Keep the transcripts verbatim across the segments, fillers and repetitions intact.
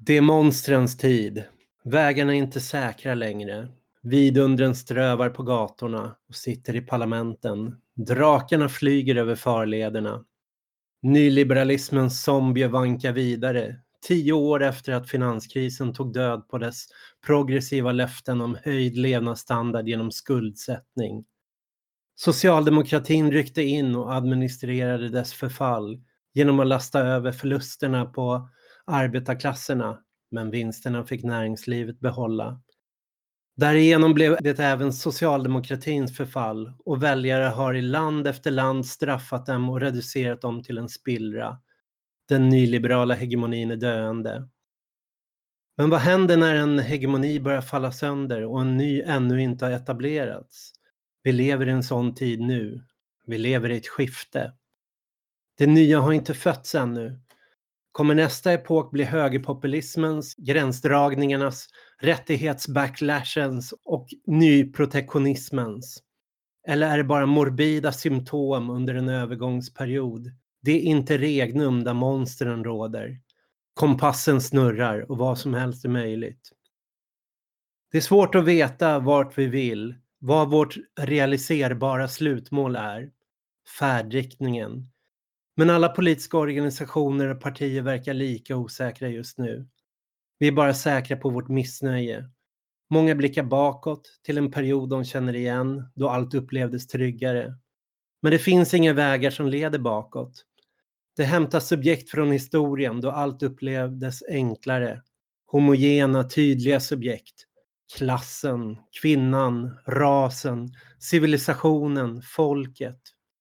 Det är monstrens tid. Vägarna är inte säkra längre. Vidundren strövar på gatorna och sitter i parlamenten. Drakarna flyger över farlederna. Nyliberalismens zombie vankar vidare. Tio år efter att finanskrisen tog död på dess progressiva löften om höjd levnadsstandard genom skuldsättning. Socialdemokratin ryckte in och administrerade dess förfall genom att lasta över förlusterna på arbetarklasserna, men vinsterna fick näringslivet behålla. Därigenom blev det även socialdemokratins förfall och väljare har i land efter land straffat dem och reducerat dem till en spillra. Den nyliberala hegemonin är döende. Men vad händer när en hegemoni börjar falla sönder och en ny ännu inte har etablerats? Vi lever i en sån tid nu. Vi lever i ett skifte. Det nya har inte fötts ännu. Kommer nästa epok bli högerpopulismens, gränsdragningarnas, rättighetsbacklashens och nyprotektionismens? Eller är det bara morbida symptom under en övergångsperiod? Det är inte regnum där monstren råder. Kompassen snurrar och vad som helst är möjligt. Det är svårt att veta vart vi vill, vad vårt realiserbara slutmål är, färdriktningen. Men alla politiska organisationer och partier verkar lika osäkra just nu. Vi är bara säkra på vårt missnöje. Många blickar bakåt till en period de känner igen, då allt upplevdes tryggare. Men det finns inga vägar som leder bakåt. Det hämtas subjekt från historien då allt upplevdes enklare. Homogena, tydliga subjekt. Klassen, kvinnan, rasen, civilisationen, folket.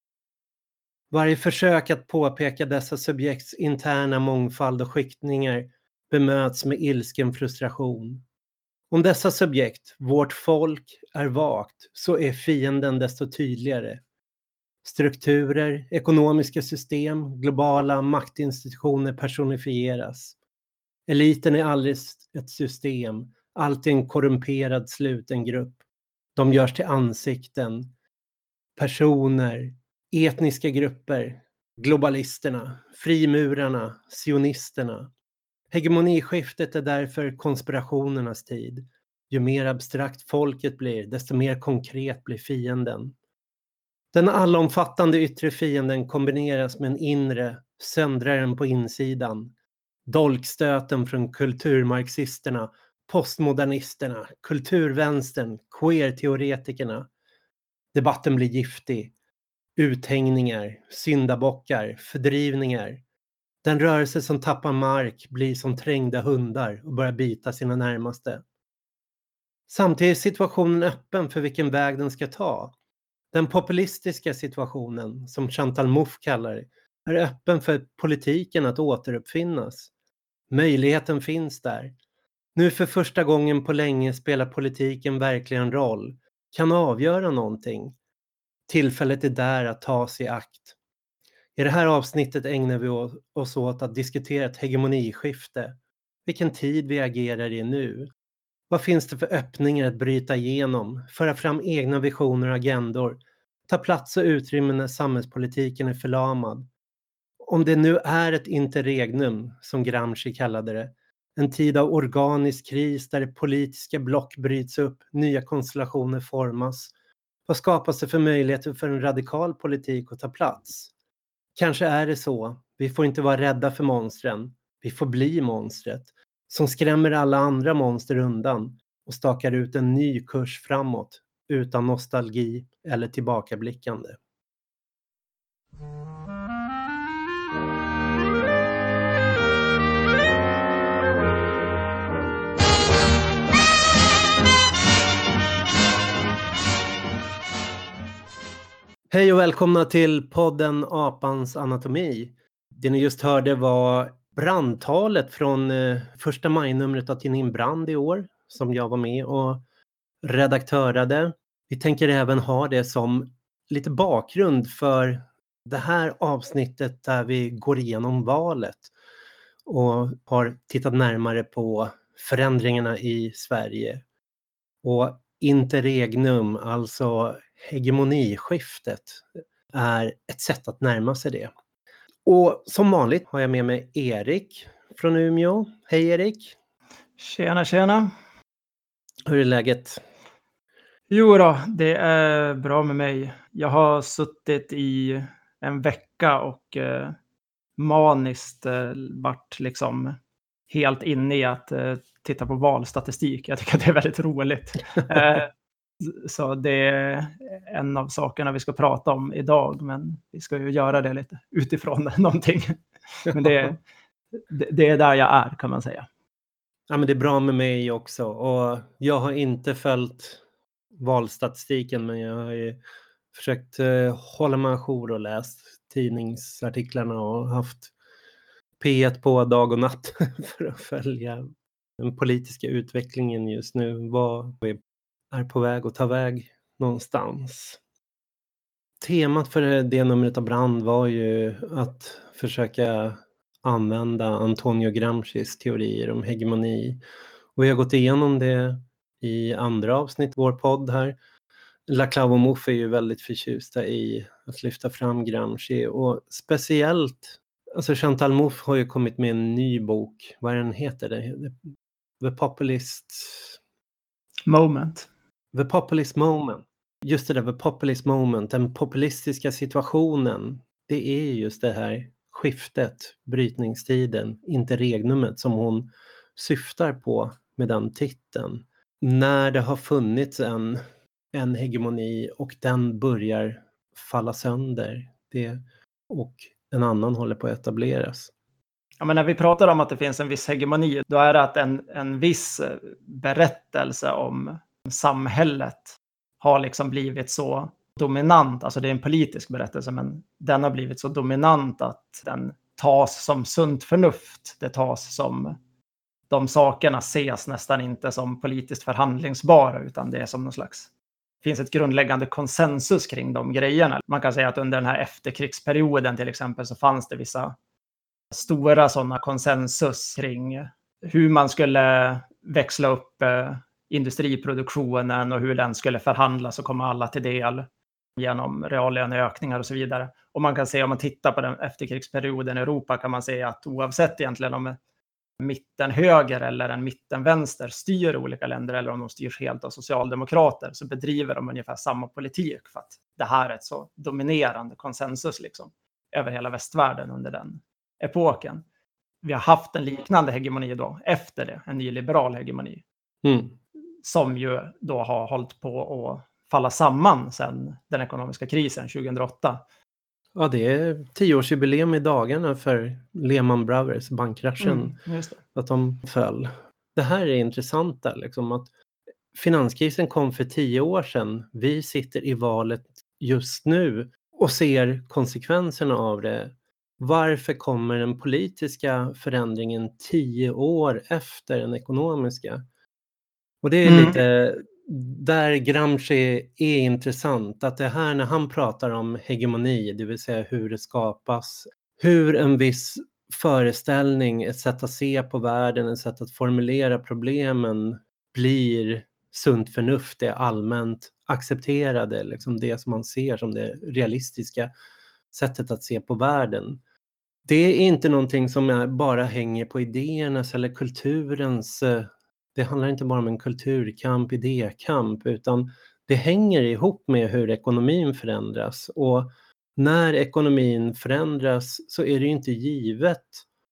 Varje försök att påpeka dessa subjekts interna mångfald och skiktningar bemöts med ilsken frustration. Om dessa subjekt, vårt folk, är vagt så är fienden desto tydligare. Strukturer, ekonomiska system, globala maktinstitutioner personifieras. Eliten är aldrig ett system, alltid en korrumperad sluten grupp. De görs till ansikten, personer, etniska grupper, globalisterna, frimurarna, sionisterna. Hegemoniskiftet är därför konspirationernas tid. Ju mer abstrakt folket blir, desto mer konkret blir fienden. Den allomfattande yttre fienden kombineras med en inre, söndraren på insidan. Dolkstöten från kulturmarxisterna, postmodernisterna, kulturvänstern, queer-teoretikerna. Debatten blir giftig. Uthängningar, syndabockar, fördrivningar. Den rörelse som tappar mark blir som trängda hundar och börjar bita sina närmaste. Samtidigt är situationen öppen för vilken väg den ska ta. Den populistiska situationen, som Chantal Mouffe kallar det, är öppen för politiken att återuppfinnas. Möjligheten finns där. Nu för första gången på länge spelar politiken verkligen roll. Kan avgöra någonting. Tillfället är där att ta sig i akt. I det här avsnittet ägnar vi oss åt att diskutera ett hegemoniskifte. Vilken tid vi agerar i nu. Vad finns det för öppningar att bryta igenom, föra fram egna visioner och agendor, ta plats och utrymme när samhällspolitiken är förlamad. Om det nu är ett interregnum, som Gramsci kallade det, en tid av organisk kris där det politiska block bryts upp, nya konstellationer formas. Vad skapas det för möjligheter för en radikal politik att ta plats? Kanske är det så. Vi får inte vara rädda för monstren. Vi får bli monstret. Som skrämmer alla andra monster undan och stakar ut en ny kurs framåt utan nostalgi eller tillbakablickande. Hej och välkomna till podden Apans anatomi. Det ni just hörde var brandtalet från eh, första majnumret av tidningen Brand i år, som jag var med och redaktörade. Vi tänker även ha det som lite bakgrund för det här avsnittet där vi går igenom valet och har tittat närmare på förändringarna i Sverige. Och interregnum, alltså hegemoniskiftet, är ett sätt att närma sig det. Och som vanligt har jag med mig Erik från Umeå. Hej Erik! Tjena, tjena! Hur är läget? Jo då, det är bra med mig. Jag har suttit i en vecka och eh, maniskt eh, varit liksom helt inne i att eh, titta på valstatistik. Jag tycker att det är väldigt roligt. eh, så det är en av sakerna vi ska prata om idag, men vi ska ju göra det lite utifrån någonting. Men det, det, det är där jag är, kan man säga. Ja, men det är bra med mig också, och jag har inte följt valstatistiken, men jag har ju försökt eh, hålla mig ajour och läst tidningsartiklarna och haft P ett på dag och natt för att följa den politiska utvecklingen just nu. Vad vi är på väg att ta väg någonstans. Temat för det numret av Brand var ju att försöka använda Antonio Gramscis teorier om hegemoni. Och vi har gått igenom det i andra avsnitt, vår podd här. Laclau och Mouffe är ju väldigt förtjusta i att lyfta fram Gramsci, och speciellt, alltså Chantal Mouffe har ju kommit med en ny bok. Vad är den heter? Det? The Populist Moment. The Populist Moment. Just det där, The Populist Moment, den populistiska situationen. Det är just det här skiftet, brytningstiden, interregnumet som hon syftar på med den titeln. När det har funnits en, en hegemoni och den börjar falla sönder, det, och en annan håller på att etableras. Ja, men när vi pratar om att det finns en viss hegemoni, då är det att en, en viss berättelse om samhället har liksom blivit så dominant. Alltså det är en politisk berättelse, men den har blivit så dominant att den tas som sunt förnuft. Det tas som, de sakerna ses nästan inte som politiskt förhandlingsbara, utan det är som någon slags, det finns ett grundläggande konsensus kring de grejerna. Man kan säga att under den här efterkrigsperioden till exempel så fanns det vissa stora sådana konsensus kring hur man skulle växla upp eh, industriproduktionen och hur den skulle förhandlas och komma alla till del genom reallöneökningar och så vidare. Och man kan se, om man tittar på den efterkrigsperioden i Europa, kan man se att oavsett egentligen om mitten höger eller en mitten vänster styr olika länder, eller om de styrs helt av socialdemokrater, så bedriver de ungefär samma politik, för att det här är ett så dominerande konsensus liksom över hela västvärlden under den epoken. Vi har haft en liknande hegemoni då efter det, en nyliberal hegemoni. Mm. Som ju då har hållit på att falla samman sedan den ekonomiska krisen tjugohundraåtta. Ja, det är tioårsjubileum i dagarna för Lehman Brothers, bankkraschen, Mm, just det. att de föll. Det här är intressant där, liksom, att finanskrisen kom för tio år sedan. Vi sitter i valet just nu och ser konsekvenserna av det. Varför kommer den politiska förändringen tio år efter den ekonomiska? Och det är Mm. lite där Gramsci är intressant, att det här när han pratar om hegemoni, det vill säga hur det skapas, hur en viss föreställning, ett sätt att se på världen, ett sätt att formulera problemen blir sunt förnuft, det allmänt accepterade, liksom det som man ser som det realistiska sättet att se på världen. Det är inte någonting som bara hänger på idéernas eller kulturens, det handlar inte bara om en kulturkamp, idékamp, utan det hänger ihop med hur ekonomin förändras. Och när ekonomin förändras så är det inte givet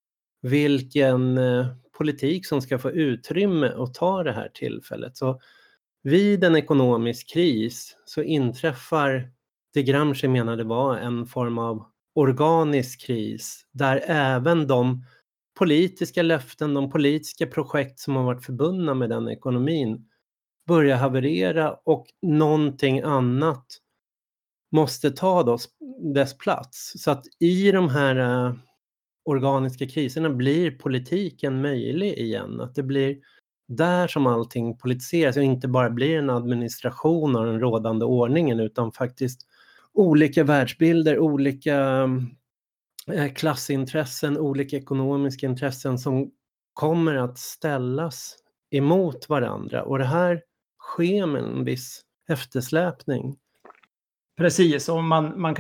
vilken politik som ska få utrymme att ta det här tillfället. Så vid en ekonomisk kris så inträffar det Gramsci menade var en form av organisk kris, där även de politiska löften, de politiska projekt som har varit förbundna med den ekonomin börjar haverera, och någonting annat måste ta dess, dess plats. Så att i de här uh, organiska kriserna blir politiken möjlig igen. Att det blir där som allting politiseras och inte bara blir en administration av den rådande ordningen, utan faktiskt olika världsbilder, olika klassintressen, olika ekonomiska intressen som kommer att ställas emot varandra. Och det här sker med en viss eftersläpning. Precis, och man, man kan ju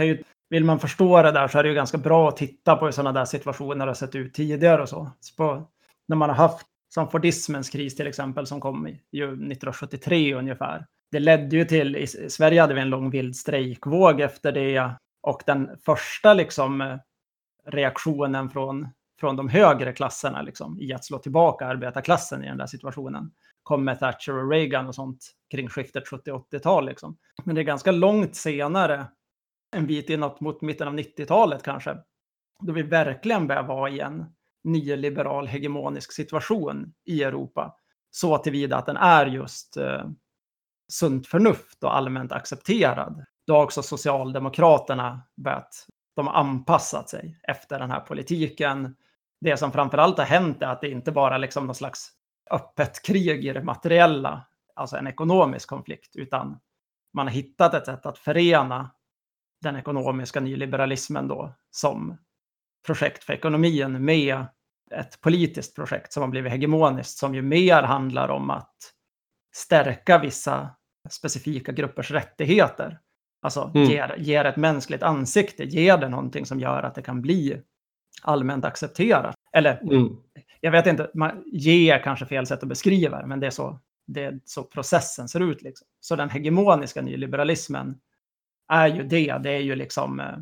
vill man förstå det där så är det ju ganska bra att titta på hur sådana där situationer har sett ut tidigare och så. så på, när man har haft som Fordismens kris till exempel som kom i ju nittonhundrasjuttiotre ungefär. Det ledde ju till, i Sverige hade vi en lång vild strejkvåg efter det. Och den första liksom reaktionen från, från de högre klasserna liksom, i att slå tillbaka arbetarklassen i den där situationen kom med Thatcher och Reagan och sånt kring skiftet sjuttio-åttiotal. Liksom. Men det är ganska långt senare, en bit inåt mot mitten av nittiotalet kanske, då vi verkligen börjar vara i en nyliberal hegemonisk situation i Europa. Så tillvida att den är just eh, sunt förnuft och allmänt accepterad. Då har också Socialdemokraterna börjat, de har anpassat sig efter den här politiken. Det som framförallt har hänt är att det inte bara liksom någon slags öppet krig i det materiella, alltså en ekonomisk konflikt, utan man har hittat ett sätt att förena den ekonomiska nyliberalismen då som projekt för ekonomin med ett politiskt projekt som har blivit hegemoniskt, som ju mer handlar om att stärka vissa specifika gruppers rättigheter. Alltså mm. ger, ger ett mänskligt ansikte, ger det någonting som gör att det kan bli allmänt accepterat. Eller, mm. jag vet inte, man, ge är kanske fel sätt att beskriva det, men det är så, det är så processen ser ut. Liksom. Så den hegemoniska nyliberalismen är ju det, det är ju liksom eh,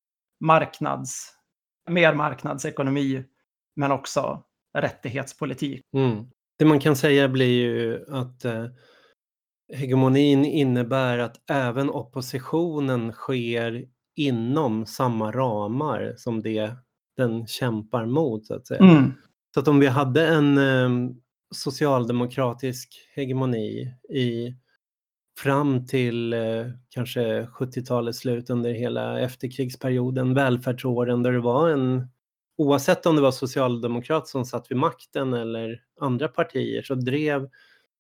marknads, mer marknadsekonomi, men också rättighetspolitik. Mm. Det man kan säga blir ju att eh, hegemonin innebär att även oppositionen sker inom samma ramar som det den kämpar mot, så att säga. Mm. Så att om vi hade en eh, socialdemokratisk hegemoni i fram till eh, kanske sjuttiotalets slut under hela efterkrigsperioden, välfärdsåren, där det var en, oavsett om det var socialdemokrat som satt vid makten eller andra partier, så drev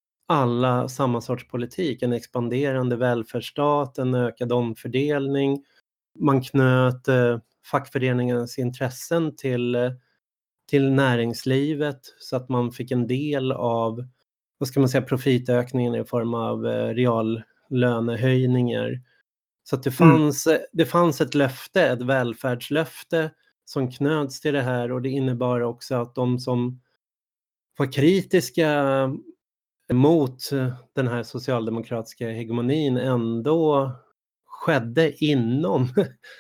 alla samma sorts politik, en expanderande välfärdsstat, en ökad omfördelning. Man knöt eh, fackföreningarnas intressen till, eh, till näringslivet så att man fick en del av, vad ska man säga, profitökningen i form av eh, reallönehöjningar. Så att det fanns, mm. det fanns ett löfte, ett välfärdslöfte som knöts till det här, och det innebar också att de som var kritiska mot den här socialdemokratiska hegemonin ändå skedde inom,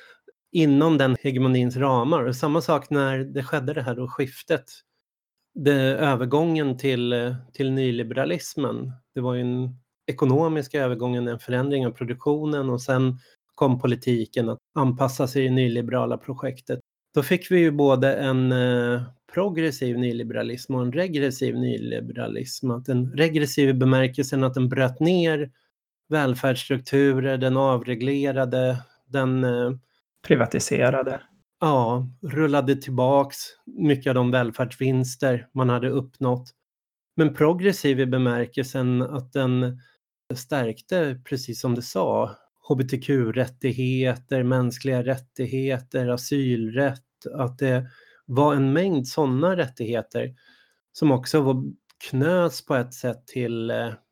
inom den hegemonins ramar. Och samma sak när det skedde det här då skiftet, det, övergången till, till nyliberalismen. Det var ju en ekonomisk övergången, en förändring av produktionen, och sen kom politiken att anpassa sig i nyliberala projektet. Då fick vi ju både en eh, progressiv nyliberalism och en regressiv nyliberalism. Att en regressiv i bemärkelsen att den bröt ner välfärdsstrukturer, den avreglerade, den eh, privatiserade. Ja, rullade tillbaks mycket av de välfärdsvinster man hade uppnått. Men progressiv i bemärkelsen att den stärkte, precis som du sa, H B T Q-rättigheter, mänskliga rättigheter, asylrätt, att det var en mängd sådana rättigheter som också var knöts på ett sätt till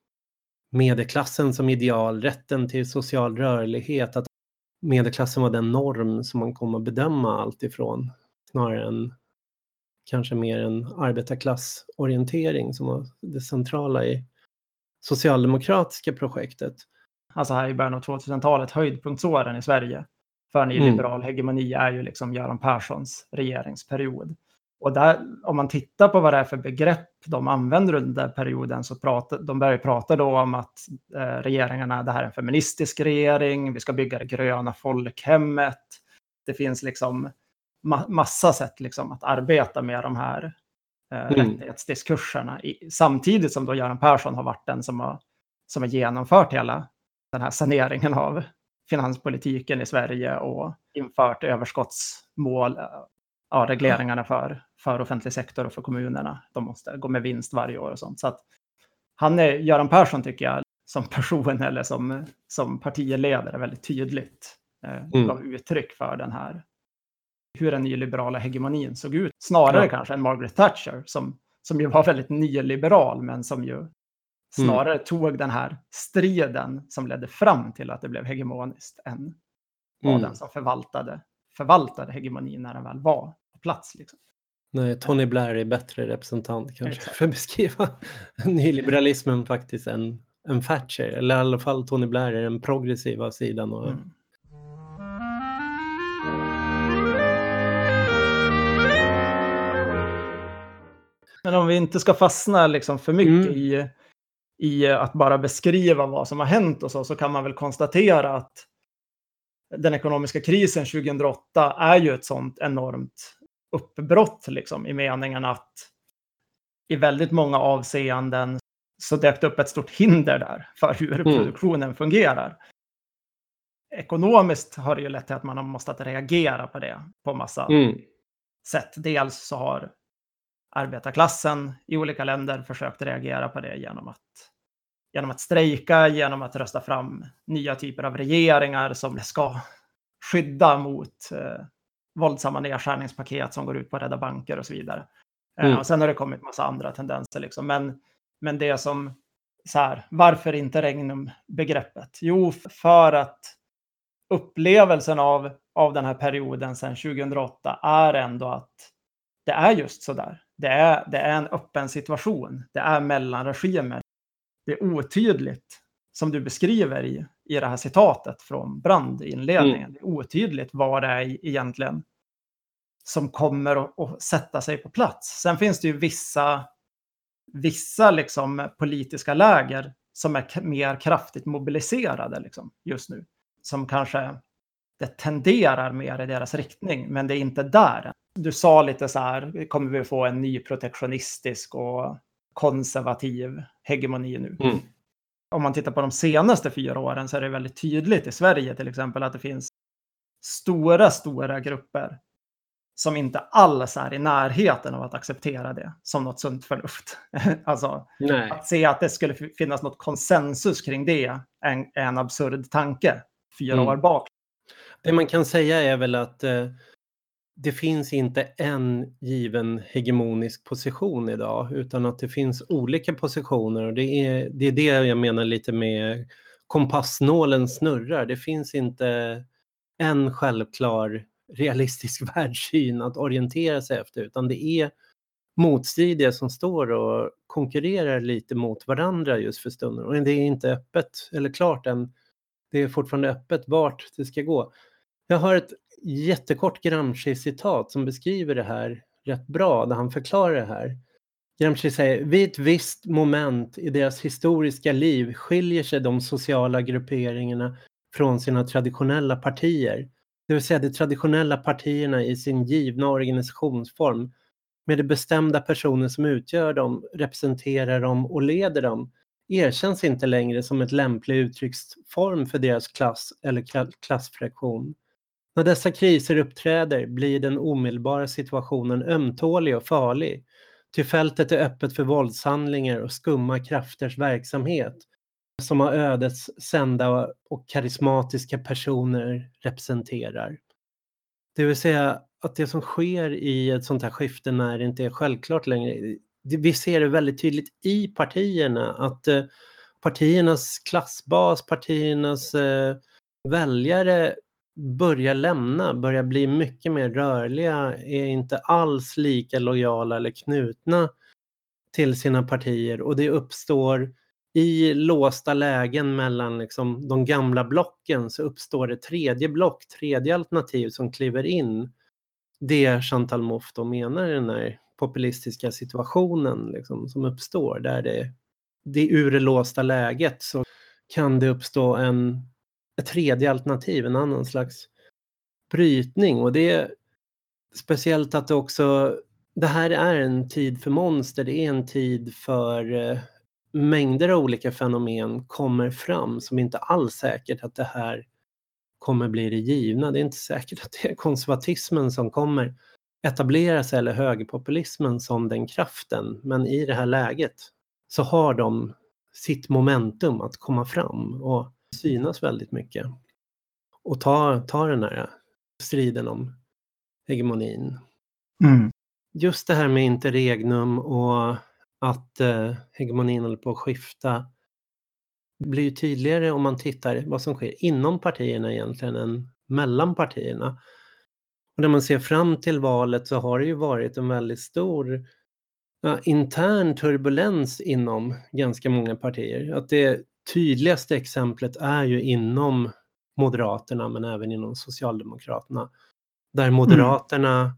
medelklassen som ideal, rätten till social rörlighet, att medelklassen var den norm som man kommer att bedöma allt ifrån, snarare än kanske mer en arbetarklassorientering som var det centrala i socialdemokratiska projektet. Alltså här i början av tvåtusentalet, höjdpunktsåren i Sverige för nyliberal mm. hegemoni är ju liksom Göran Perssons regeringsperiod. Och där, om man tittar på vad det är för begrepp de använder under den perioden, så pratar de börjar prata då om att eh, regeringarna, det här är en feministisk regering, vi ska bygga det gröna folkhemmet. Det finns liksom ma- massa sätt liksom att arbeta med de här eh, mm. rättighetsdiskurserna. I, samtidigt som då Göran Persson har varit den som har, som har genomfört hela den här saneringen av finanspolitiken i Sverige och infört överskottsmål, ja, regleringarna för, för offentlig sektor och för kommunerna. De måste gå med vinst varje år och sånt. Så att han är, Göran Persson tycker jag, som person eller som, som partiledare väldigt tydligt eh, mm. gav uttryck för den här, hur den nyliberala hegemonin såg ut. Snarare ja. kanske än Margaret Thatcher som, som ju var väldigt nyliberal, men som ju snarare mm. tog den här striden som ledde fram till att det blev hegemoniskt än var Mm. den som förvaltade, förvaltade hegemonin när den väl var på plats. Liksom. Nej, Tony Blair är bättre representant kanske Exakt. för att beskriva nyliberalismen faktiskt än, än Thatcher. Eller i alla fall Tony Blair är den progressiva sidan. Och... Mm. Men om vi inte ska fastna liksom för mycket Mm. i, i att bara beskriva vad som har hänt och så, så kan man väl konstatera att den ekonomiska krisen tjugohundraåtta är ju ett sånt enormt uppbrott liksom, i meningen att i väldigt många avseenden så dök det upp ett stort hinder där för hur Mm. produktionen fungerar. Ekonomiskt har det ju lett till att man har måste reagera på det på massa Mm. sätt. Dels så har arbetarklassen i olika länder försökt reagera på det genom att, genom att strejka, genom att rösta fram nya typer av regeringar som ska skydda mot eh, våldsamma nedskärningspaket som går ut på att rädda banker och så vidare. Mm. Eh, och sen har det kommit massa andra tendenser. Liksom. Men, men det som, så här, varför inte regnum-begreppet? Jo, för att upplevelsen av, av den här perioden sedan tjugohundraåtta är ändå att det är just så där. Det är, det är en öppen situation. Det är mellanregimer. Det är otydligt, som du beskriver i, i det här citatet från Brand i inledningen. Mm. Det är otydligt vad det är egentligen som kommer att, att sätta sig på plats. Sen finns det ju vissa, vissa liksom politiska läger som är k- mer kraftigt mobiliserade liksom, just nu. Som kanske det tenderar mer i deras riktning, men det är inte där. Du sa lite så här, kommer vi få en ny protektionistisk och konservativ hegemoni nu? Mm. Om man tittar på de senaste fyra åren så är det väldigt tydligt i Sverige till exempel att det finns stora, stora grupper som inte alls är i närheten av att acceptera det som något sunt förnuft. Alltså Nej. att se att det skulle finnas något konsensus kring det är en, en absurd tanke fyra Mm. år bak. Det man kan säga är väl att eh, det finns inte en given hegemonisk position idag, utan att det finns olika positioner, och det är det, är det jag menar lite med kompassnålen snurrar. Det finns inte en självklar realistisk världssyn att orientera sig efter, utan det är motstridiga som står och konkurrerar lite mot varandra just för stunden. Och det är inte öppet eller klart än. Det är fortfarande öppet vart det ska gå. Jag har ett jättekort Gramsci-citat som beskriver det här rätt bra, där han förklarar det här. Gramsci säger: vid ett visst moment i deras historiska liv skiljer sig de sociala grupperingarna från sina traditionella partier. Det vill säga de traditionella partierna i sin givna organisationsform, med de bestämda personer som utgör dem, representerar dem och leder dem, erkänns inte längre som ett lämplig uttrycksform för deras klass eller klassfraktion. När dessa kriser uppträder blir den omedelbara situationen ömtålig och farlig, ty fältet är öppet för våldshandlingar och skumma krafters verksamhet, som har ödets sända och karismatiska personer representerar. Det vill säga att det som sker i ett sånt här skifte när det inte är självklart längre, vi ser det väldigt tydligt i partierna, att eh, partiernas klassbas, partiernas eh, väljare börjar lämna, börjar bli mycket mer rörliga, är inte alls lika lojala eller knutna till sina partier, och det uppstår i låsta lägen mellan liksom de gamla blocken, så uppstår det tredje block, tredje alternativ som kliver in. Det Chantal Mouffe då menar i den här populistiska situationen liksom, som uppstår, där det, det ur det låsta läget så kan det uppstå en, ett tredje alternativ, en annan slags brytning. Och det är speciellt att det också, det här är en tid för monster, det är en tid för eh, mängder av olika fenomen kommer fram, som inte alls säkert att det här kommer bli det givna. Det är inte säkert att det är konservatismen som kommer etablera sig eller högerpopulismen som den kraften, men i det här läget så har de sitt momentum att komma fram och synas väldigt mycket och ta, ta den här striden om hegemonin. Mm. Just det här med interregnum och att eh, hegemonin håller på att skifta blir tydligare om man tittar vad som sker inom partierna egentligen än mellan partierna. Och när man ser fram till valet så har det ju varit en väldigt stor ja, intern turbulens inom ganska många partier. Att det tydligaste exemplet är ju inom Moderaterna men även inom Socialdemokraterna. Där Moderaterna, mm.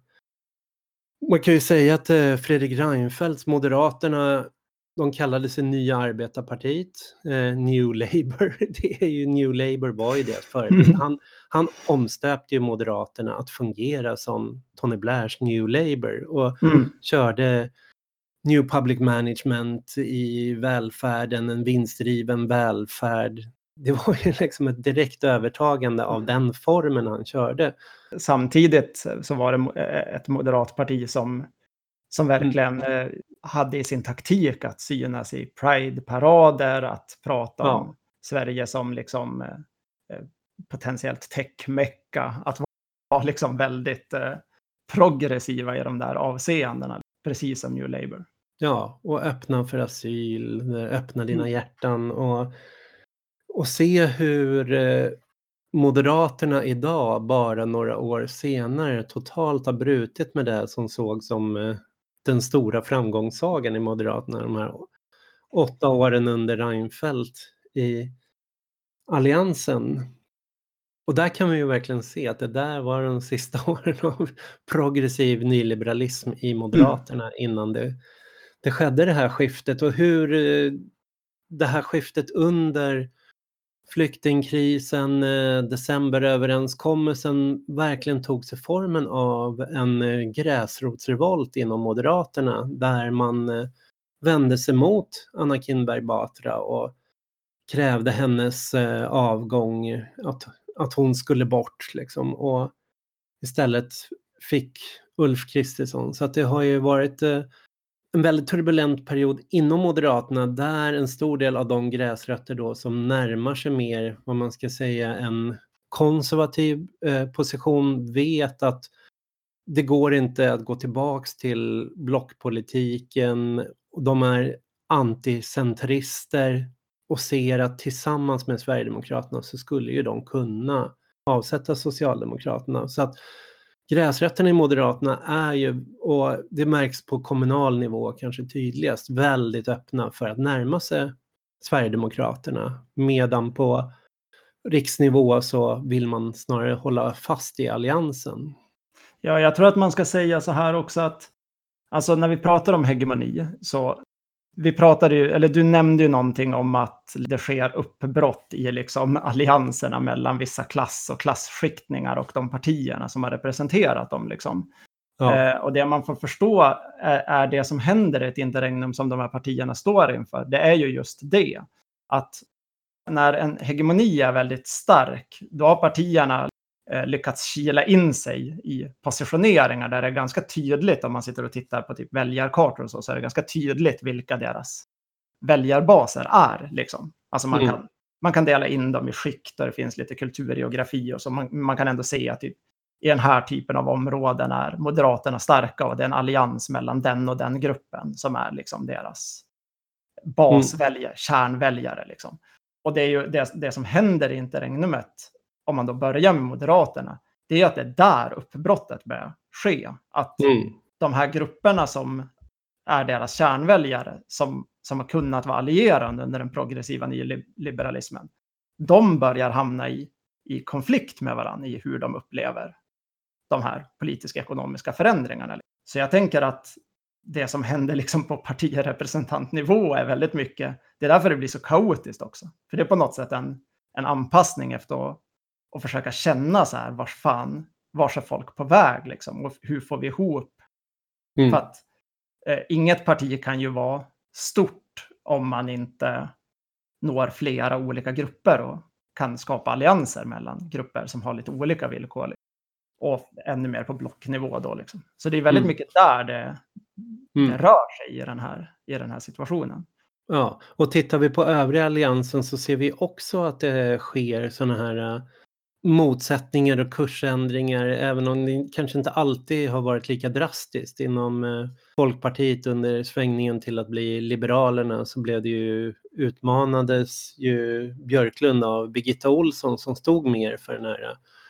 man kan ju säga att Fredrik Reinfeldts Moderaterna, de kallade sig Nya Arbetarpartiet, eh, New Labour. Det är ju New Labour var ju deras förebild. Han, han omstöpte ju Moderaterna att fungera som Tony Blairs New Labour och mm. körde New Public Management i välfärden, en vinstdriven välfärd. Det var ju liksom ett direkt övertagande av den formen han körde. Samtidigt så var det ett moderat parti som, som verkligen mm. hade i sin taktik att synas i Pride-parader, att prata ja. om Sverige som liksom eh, potentiellt tech-mecka, att vara liksom väldigt eh, progressiva i de där avseendena, precis som New Labour. Ja, och öppna för asyl, öppna dina mm. hjärtan och, och se hur eh, Moderaterna idag, bara några år senare, totalt har brutit med det som såg som eh, den stora framgångssagan i Moderaterna de här åtta åren under Reinfeldt i alliansen. Och där kan man ju verkligen se att det där var de sista åren av progressiv nyliberalism i Moderaterna mm. innan det, det skedde det här skiftet. Och hur det här skiftet under flyktingkrisen, decemberöverenskommelsen verkligen tog sig formen av en gräsrotsrevolt inom Moderaterna där man vände sig mot Anna Kinberg Batra och krävde hennes avgång, att, att hon skulle bort liksom, och istället fick Ulf Kristersson. Så att det har ju varit en väldigt turbulent period inom Moderaterna där en stor del av de gräsrötter då som närmar sig mer, vad man ska säga, en konservativ eh, position vet att det går inte att gå tillbaks till blockpolitiken. De är anticentrister och ser att tillsammans med Sverigedemokraterna så skulle ju de kunna avsätta Socialdemokraterna. Så att gräsrötterna i Moderaterna är ju, och det märks på kommunal nivå kanske tydligast, väldigt öppna för att närma sig Sverigedemokraterna. Medan på riksnivå så vill man snarare hålla fast i alliansen. Ja, jag tror att man ska säga så här också att alltså när vi pratar om hegemoni så vi pratade ju, eller du nämnde ju någonting om att det sker uppbrott i liksom allianserna mellan vissa klass- och klassskiktningar och de partierna som har representerat dem. Liksom. Ja. Eh, och det man får förstå är, är det som händer i ett interregnum som de här partierna står inför. Det är ju just det. Att när en hegemoni är väldigt stark, då har partierna eh, lyckats kila in sig i positioneringar där det är ganska tydligt, om man sitter och tittar på typ väljarkartor och så, så är det ganska tydligt vilka deras väljarbaser är. Liksom. Alltså man, mm. kan, man kan dela in dem i skikt och det finns lite kulturgeografi och så. Man, man kan ändå se att typ, i den här typen av områden är Moderaterna starka och det är en allians mellan den och den gruppen som är liksom deras basväljare, mm. kärnväljare. Liksom. Och det är ju det, det som händer i interregnumet, om man då börjar med Moderaterna, det är att det är där uppbrottet börjar ske. Att mm. de här grupperna som är deras kärnväljare, som, som har kunnat vara allierande under den progressiva nyliberalismen, de börjar hamna i, i konflikt med varandra i hur de upplever de här politiska ekonomiska förändringarna. Så jag tänker att det som händer liksom på partirepresentantnivå är väldigt mycket, det är därför det blir så kaotiskt också. För det är på något sätt en, en anpassning efter att, att försöka känna så här, vars fan, vars är folk på väg liksom, och hur får vi ihop? Mm. För att eh, inget parti kan ju vara stort om man inte når flera olika grupper och kan skapa allianser mellan grupper som har lite olika villkor. Och ännu mer på blocknivå då liksom. Så det är väldigt mm. mycket där det, mm. det rör sig i den, här, i den här situationen. Ja, och tittar vi på övriga alliansen så ser vi också att det sker sådana här uh, motsättningar och kursändringar, även om det kanske inte alltid har varit lika drastiskt. Inom uh, Folkpartiet under svängningen till att bli Liberalerna så blev det ju, utmanades ju Björklund av Birgitta Olsson som stod mer för den här uh,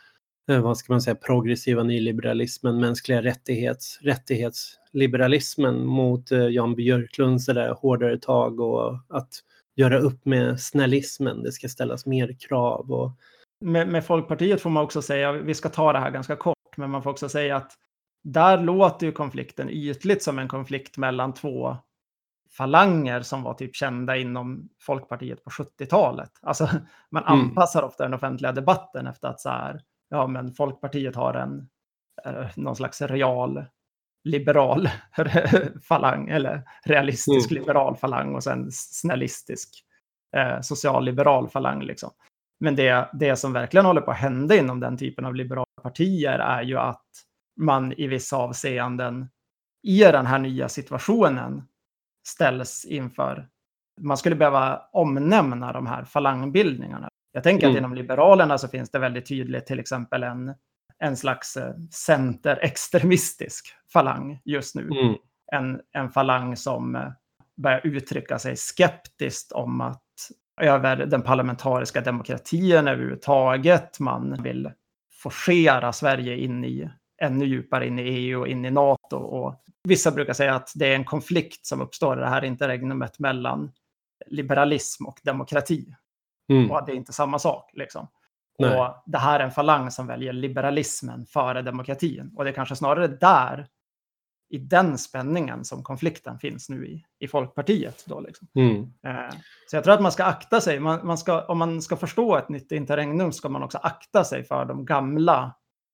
eh, vad ska man säga, progressiva nyliberalismen, mänskliga rättighets, rättighetsliberalismen mot eh, Jan Björklunds där hårdare tag och att göra upp med snällismen. Det ska ställas mer krav. Och... Med, med Folkpartiet får man också säga, vi ska ta det här ganska kort, men man får också säga att där låter ju konflikten ytligt som en konflikt mellan två falanger som var typ kända inom Folkpartiet på sjuttiotalet. Alltså man anpassar mm. ofta den offentliga debatten efter att så här, ja men Folkpartiet har en eh, någon slags real liberal falang eller realistisk mm. liberal falang och sen snällistisk eh, socialliberal falang liksom. Men det, det som verkligen håller på att hända inom den typen av liberala partier är ju att man i vissa avseenden i den här nya situationen ställs inför, man skulle behöva omnämna de här falangbildningarna. Jag tänker mm. att inom Liberalerna så finns det väldigt tydligt till exempel en, en slags centerextremistisk falang just nu. Mm. En, en falang som börjar uttrycka sig skeptiskt om att över den parlamentariska demokratin överhuvudtaget. Man vill forcera Sverige in i ännu djupare in i E U och in i NATO. Och vissa brukar säga att det är en konflikt som uppstår i det här interregnumet mellan liberalism och demokrati. Mm. Och att det är inte samma sak. Liksom. Och det här är en falang som väljer liberalismen före demokratin. Och det är kanske snarare där, i den spänningen som konflikten finns nu i, i Folkpartiet. Då, liksom. mm. eh, så jag tror att man ska akta sig. Man, man ska, om man ska förstå ett nytt interregnum ska man också akta sig för de gamla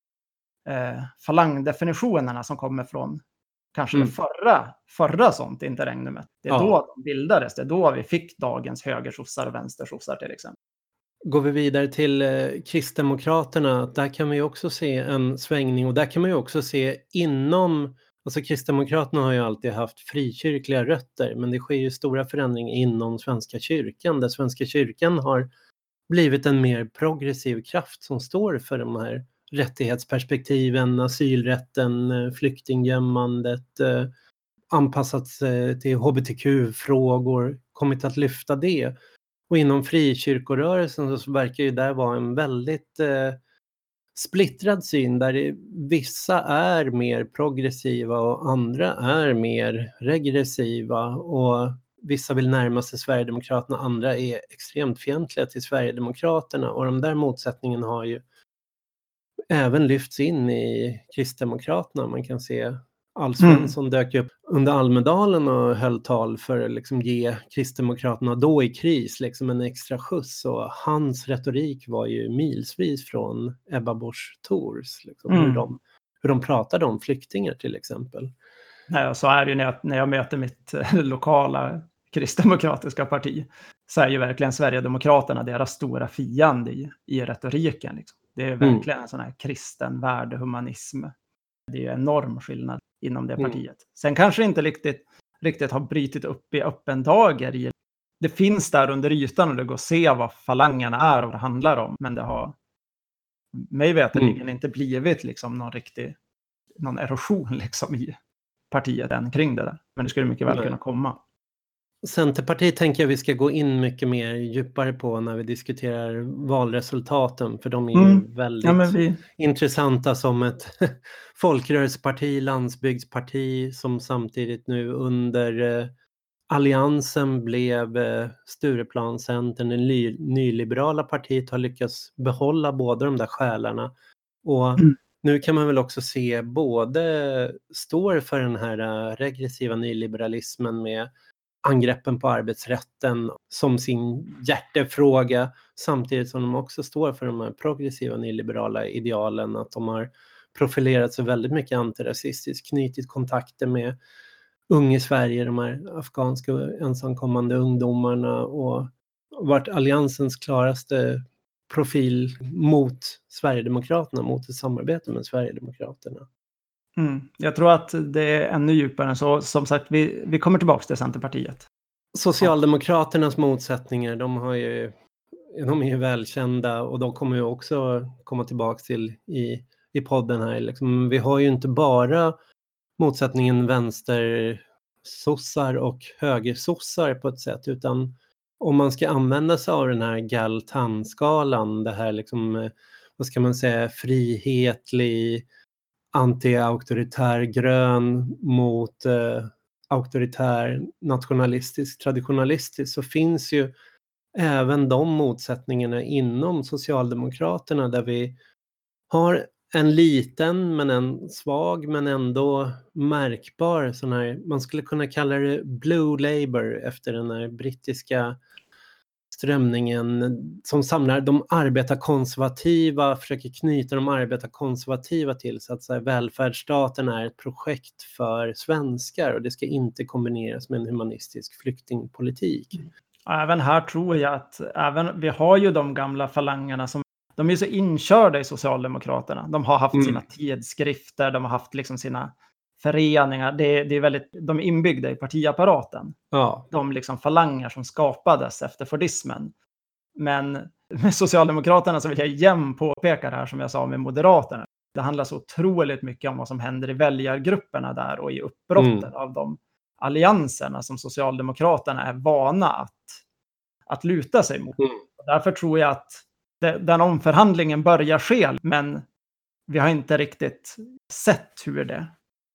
eh, falangdefinitionerna som kommer från kanske mm. det förra, förra sånt interregnumet. Det är ja. då de bildades. Det är då vi fick dagens högersossar och vänstersossar till exempel. Går vi vidare till eh, Kristdemokraterna, där kan man ju också se en svängning och där kan man ju också se inom, alltså Kristdemokraterna har ju alltid haft frikyrkliga rötter, men det sker ju stora förändringar inom Svenska kyrkan, där Svenska kyrkan har blivit en mer progressiv kraft som står för de här rättighetsperspektiven, asylrätten, flyktinggömmandet, eh, anpassats eh, till H B T Q-frågor, kommit att lyfta det. Och inom frikyrkorörelsen så verkar ju där vara en väldigt eh, splittrad syn där det, vissa är mer progressiva och andra är mer regressiva och vissa vill närma sig Sverigedemokraterna, andra är extremt fientliga till Sverigedemokraterna och de där motsättningen har ju även lyfts in i Kristdemokraterna. Man kan se Alf Svensson mm. dök upp under Almedalen och höll tal för att liksom ge Kristdemokraterna då i kris liksom en extra skjuts. Och hans retorik var ju milsvis från Ebba Busch Thors. Liksom, mm. hur, de, hur de pratade om flyktingar till exempel. Nej, så är det ju när jag, när jag möter mitt lokala kristdemokratiska parti. Så är ju verkligen Sverigedemokraterna deras stora fiende i, i retoriken. Liksom. Det är verkligen mm. en sån här kristen värdehumanism. Det är ju enorm skillnad inom det partiet. Mm. Sen kanske inte riktigt, riktigt har brytit upp i öppen dager. I, det finns där under ytan och det går att se vad falangerna är och vad det handlar om. Men det har mig veterligen mm. inte blivit liksom någon riktig någon erosion liksom i partiet än kring det där. Men det skulle mycket väl kunna komma. Centerpartiet tänker jag vi ska gå in mycket mer djupare på när vi diskuterar valresultaten, för de är mm. ju väldigt ja, vi... intressanta som ett folkrörelseparti, landsbygdsparti som samtidigt nu under eh, alliansen blev eh, Stureplanscentern, det ny, nyliberala partiet har lyckats behålla båda de där själarna och mm. nu kan man väl också se både står för den här uh, regressiva nyliberalismen med angreppen på arbetsrätten som sin hjärtefråga samtidigt som de också står för de här progressiva nyliberala idealen, att de har profilerat sig väldigt mycket antirasistiskt, knutit kontakter med unga i Sverige, de här afghanska ensamkommande ungdomarna och varit alliansens klaraste profil mot Sverigedemokraterna, mot ett samarbete med Sverigedemokraterna. Mm. Jag tror att det är ännu djupare än så. Som sagt, vi, vi kommer tillbaka till Centerpartiet. Socialdemokraternas motsättningar, de, har ju, de är ju välkända och de kommer ju också komma tillbaka till i, i podden här. Liksom, vi har ju inte bara motsättningen vänstersossar och högersossar på ett sätt, utan om man ska använda sig av den här Galtan-skalan, det här liksom vad ska man säga, frihetlig, anti-auktoritär grön mot eh, auktoritär, nationalistisk, traditionalistisk, så finns ju även de motsättningarna inom Socialdemokraterna, där vi har en liten men en svag men ändå märkbar sån här, man skulle kunna kalla det Blue Labour efter den här brittiska strömningen som samlar de arbetarkonservativa, försöker knyta de arbetarkonservativa till så att säga, välfärdsstaten är ett projekt för svenskar och det ska inte kombineras med en humanistisk flyktingpolitik. Även här tror jag att även, vi har ju de gamla falangerna som de är så inkörda i Socialdemokraterna. De har haft mm. sina tidskrifter, de har haft liksom sina föreningar. Det, det är väldigt, de är inbyggda i partiapparaten. Ja. De liksom falanger som skapades efter fordismen. Men med Socialdemokraterna så vill jag igen påpeka det här som jag sa med Moderaterna. Det handlar så otroligt mycket om vad som händer i väljargrupperna där och i uppbrottet mm. av de allianserna som Socialdemokraterna är vana att, att luta sig mot. Mm. Därför tror jag att det, den omförhandlingen börjar ske, men vi har inte riktigt sett hur det,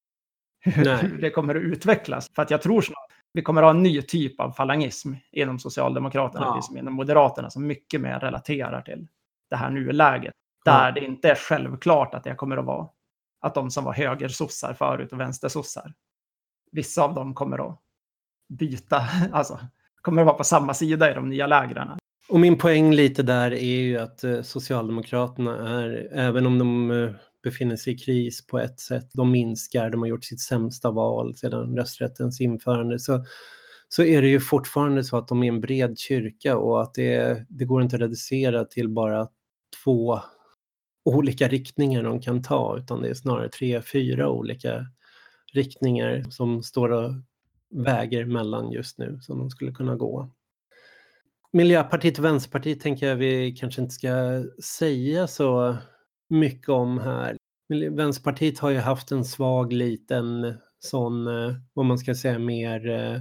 hur, hur det kommer att utvecklas. För att jag tror snart vi kommer att ha en ny typ av falangism inom Socialdemokraterna, ja. Precis som inom Moderaterna, som mycket mer relaterar till det här nuläget. Där ja. Det inte är självklart att det kommer att vara att de som var högersossar förut och vänstersossar, vissa av dem kommer att byta, alltså kommer att vara på samma sida i de nya lägren. Och min poäng lite där är ju att eh, Socialdemokraterna är, även om de eh, befinner sig i kris på ett sätt, de minskar, de har gjort sitt sämsta val sedan rösträttens införande, så, så är det ju fortfarande så att de är en bred kyrka och att det, det går inte att reducera till bara två olika riktningar de kan ta, utan det är snarare tre, fyra olika riktningar som står och väger mellan just nu som de skulle kunna gå. Miljöpartiet och Vänsterpartiet tänker jag vi kanske inte ska säga så mycket om här. Vänsterpartiet har ju haft en svag liten sån, vad man ska säga, mer eh,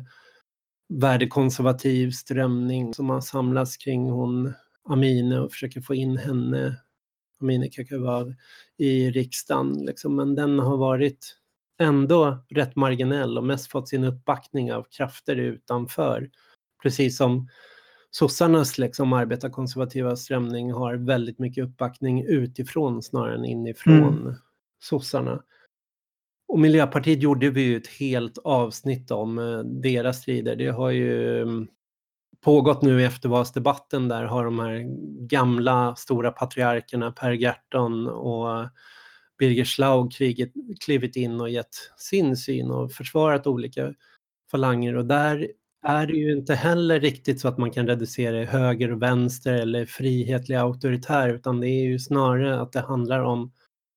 värdekonservativ strömning som har samlats kring hon Amine och försöker få in henne, Amineh Kakabaveh, i riksdagen. Liksom. Men den har varit ändå rätt marginell och mest fått sin uppbackning av krafter utanför. Precis som sossarnas liksom, arbetarkonservativa strömning har väldigt mycket uppbackning utifrån snarare än inifrån mm. sossarna. Och Miljöpartiet gjorde vi ju ett helt avsnitt om eh, deras strider. Det har ju um, pågått nu i eftervalsdebatten, där har de här gamla stora patriarkerna Per Gahrton och Birger Schlaug kriget, klivit in och gett sin syn och försvarat olika falanger. Och där är det ju inte heller riktigt så att man kan reducera höger och vänster eller frihetlig auktoritär, utan det är ju snarare att det handlar om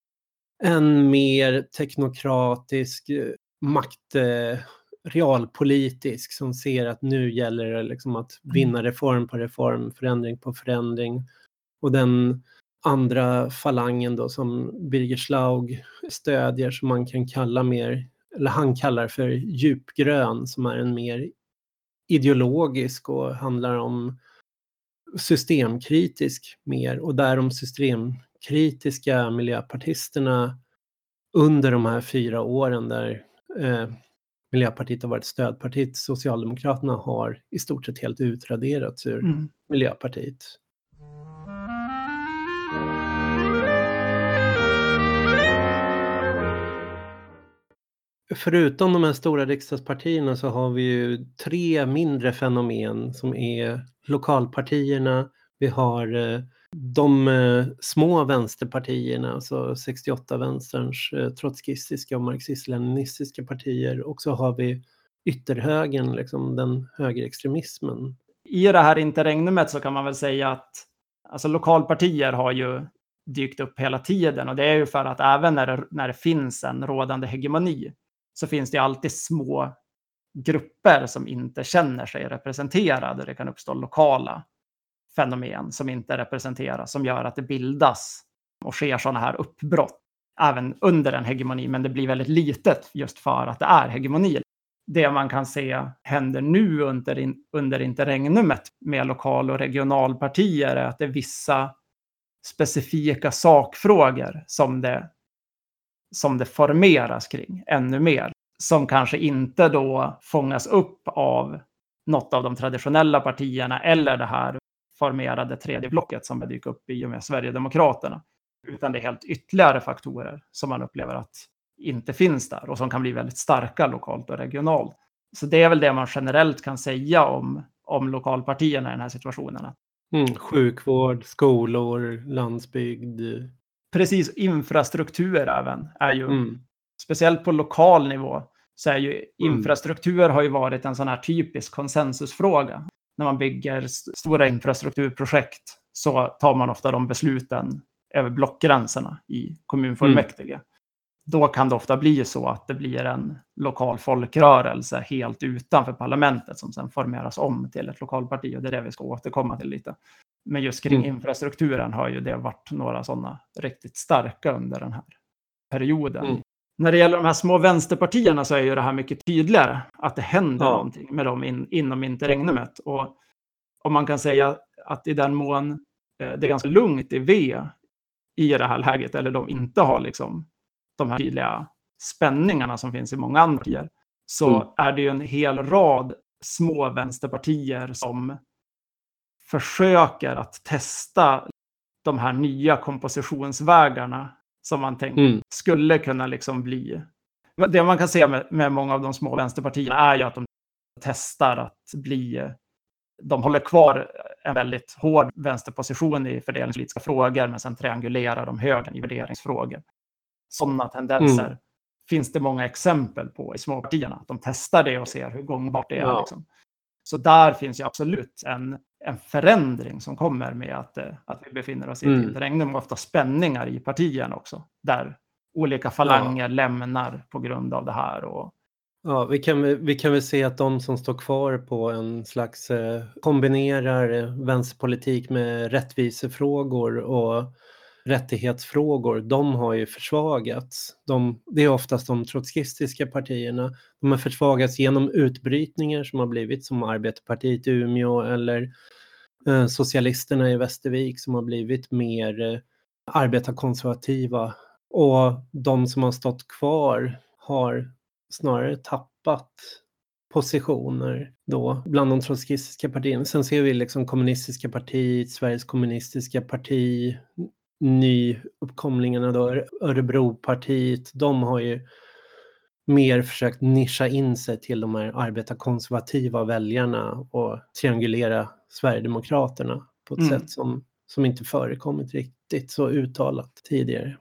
en mer teknokratisk makt, eh, realpolitisk, som ser att nu gäller det liksom att vinna reform på reform, förändring på förändring. Och den andra falangen då som Birger Schlaug stödjer, som man kan kalla mer, eller han kallar för djupgrön, som är en mer ideologisk och handlar om systemkritisk mer, och där de systemkritiska miljöpartisterna under de här fyra åren där eh, Miljöpartiet har varit stödpartiet, Socialdemokraterna har i stort sett helt utraderats ur mm. Miljöpartiet. Förutom de här stora riksdagspartierna så har vi ju tre mindre fenomen som är lokalpartierna. Vi har eh, de eh, små vänsterpartierna, alltså sextioåtta vänsterns eh, trotskistiska och marxist-leninistiska partier. Och så har vi ytterhögern, liksom den högerextremismen. I det här interregnumet så kan man väl säga att alltså, lokalpartier har ju dykt upp hela tiden, och det är ju för att även när det, när det finns en rådande hegemoni så finns det alltid små grupper som inte känner sig representerade. Det kan uppstå lokala fenomen som inte representeras, som gör att det bildas och sker sådana här uppbrott även under en hegemoni, men det blir väldigt litet just för att det är hegemoni. Det man kan se händer nu under, in, under interregnumet med lokal- och regionalpartier är att det är vissa specifika sakfrågor som det, som det formeras kring ännu mer. Som kanske inte då fångas upp av något av de traditionella partierna eller det här formerade tredje blocket som dyker upp i och med Sverigedemokraterna. Utan det är helt ytterligare faktorer som man upplever att inte finns där och som kan bli väldigt starka lokalt och regionalt. Så det är väl det man generellt kan säga om, om lokalpartierna i den här situationen. Mm, sjukvård, skolor, landsbygd. Precis, infrastruktur även är ju, Mm. speciellt på lokal nivå, så är ju Mm. infrastruktur har ju varit en sån här typisk konsensusfråga. När man bygger st- stora infrastrukturprojekt så tar man ofta de besluten över blockgränserna i kommunfullmäktige. Mm. Då kan det ofta bli så att det blir en lokal folkrörelse helt utanför parlamentet som sen formeras om till ett lokalparti, och det är det vi ska återkomma till lite. Men just kring mm. infrastrukturen har ju det varit några sådana riktigt starka under den här perioden. Mm. När det gäller de här små vänsterpartierna så är ju det här mycket tydligare att det händer ja. någonting med dem in, inom interregnumet. Och om man kan säga att i den mån eh, det är ganska lugnt i V i det här läget, eller de inte har liksom de här tydliga spänningarna som finns i många andra partier, så mm. är det ju en hel rad små vänsterpartier som försöker att testa de här nya kompositionsvägarna som man tänker mm. skulle kunna liksom bli. Det man kan se med, med många av de små vänsterpartierna är ju att de testar att bli, de håller kvar en väldigt hård vänsterposition i fördelningspolitiska frågor, men sen triangulerar de högern i värderingsfrågor. Sådana tendenser mm. finns det många exempel på i småpartierna. De testar det och ser hur gångbart det är. Ja. Liksom. Så där finns ju absolut en, en förändring som kommer med att, att vi befinner oss i ett mm. interregnum, och ofta spänningar i partierna också. Där olika falanger ja. lämnar på grund av det här. Och... Ja, vi kan, vi kan väl se att de som står kvar på en slags eh, kombinerar vänsterpolitik med rättvisefrågor och rättighetsfrågor, de har ju försvagats. De, det är oftast de trotskistiska partierna. De har försvagats genom utbrytningar som har blivit som Arbetarpartiet i Umeå eller eh, socialisterna i Västervik som har blivit mer eh, arbetarkonservativa. Och de som har stått kvar har snarare tappat positioner då bland de trotskistiska partierna. Sen ser vi liksom kommunistiska partiet, Sveriges kommunistiska parti, nyuppkomlingarna då, Örebropartiet, de har ju mer försökt nischa in sig till de här arbetarkonservativa väljarna och triangulera Sverigedemokraterna på ett mm. sätt som, som inte förekommit riktigt så uttalat tidigare.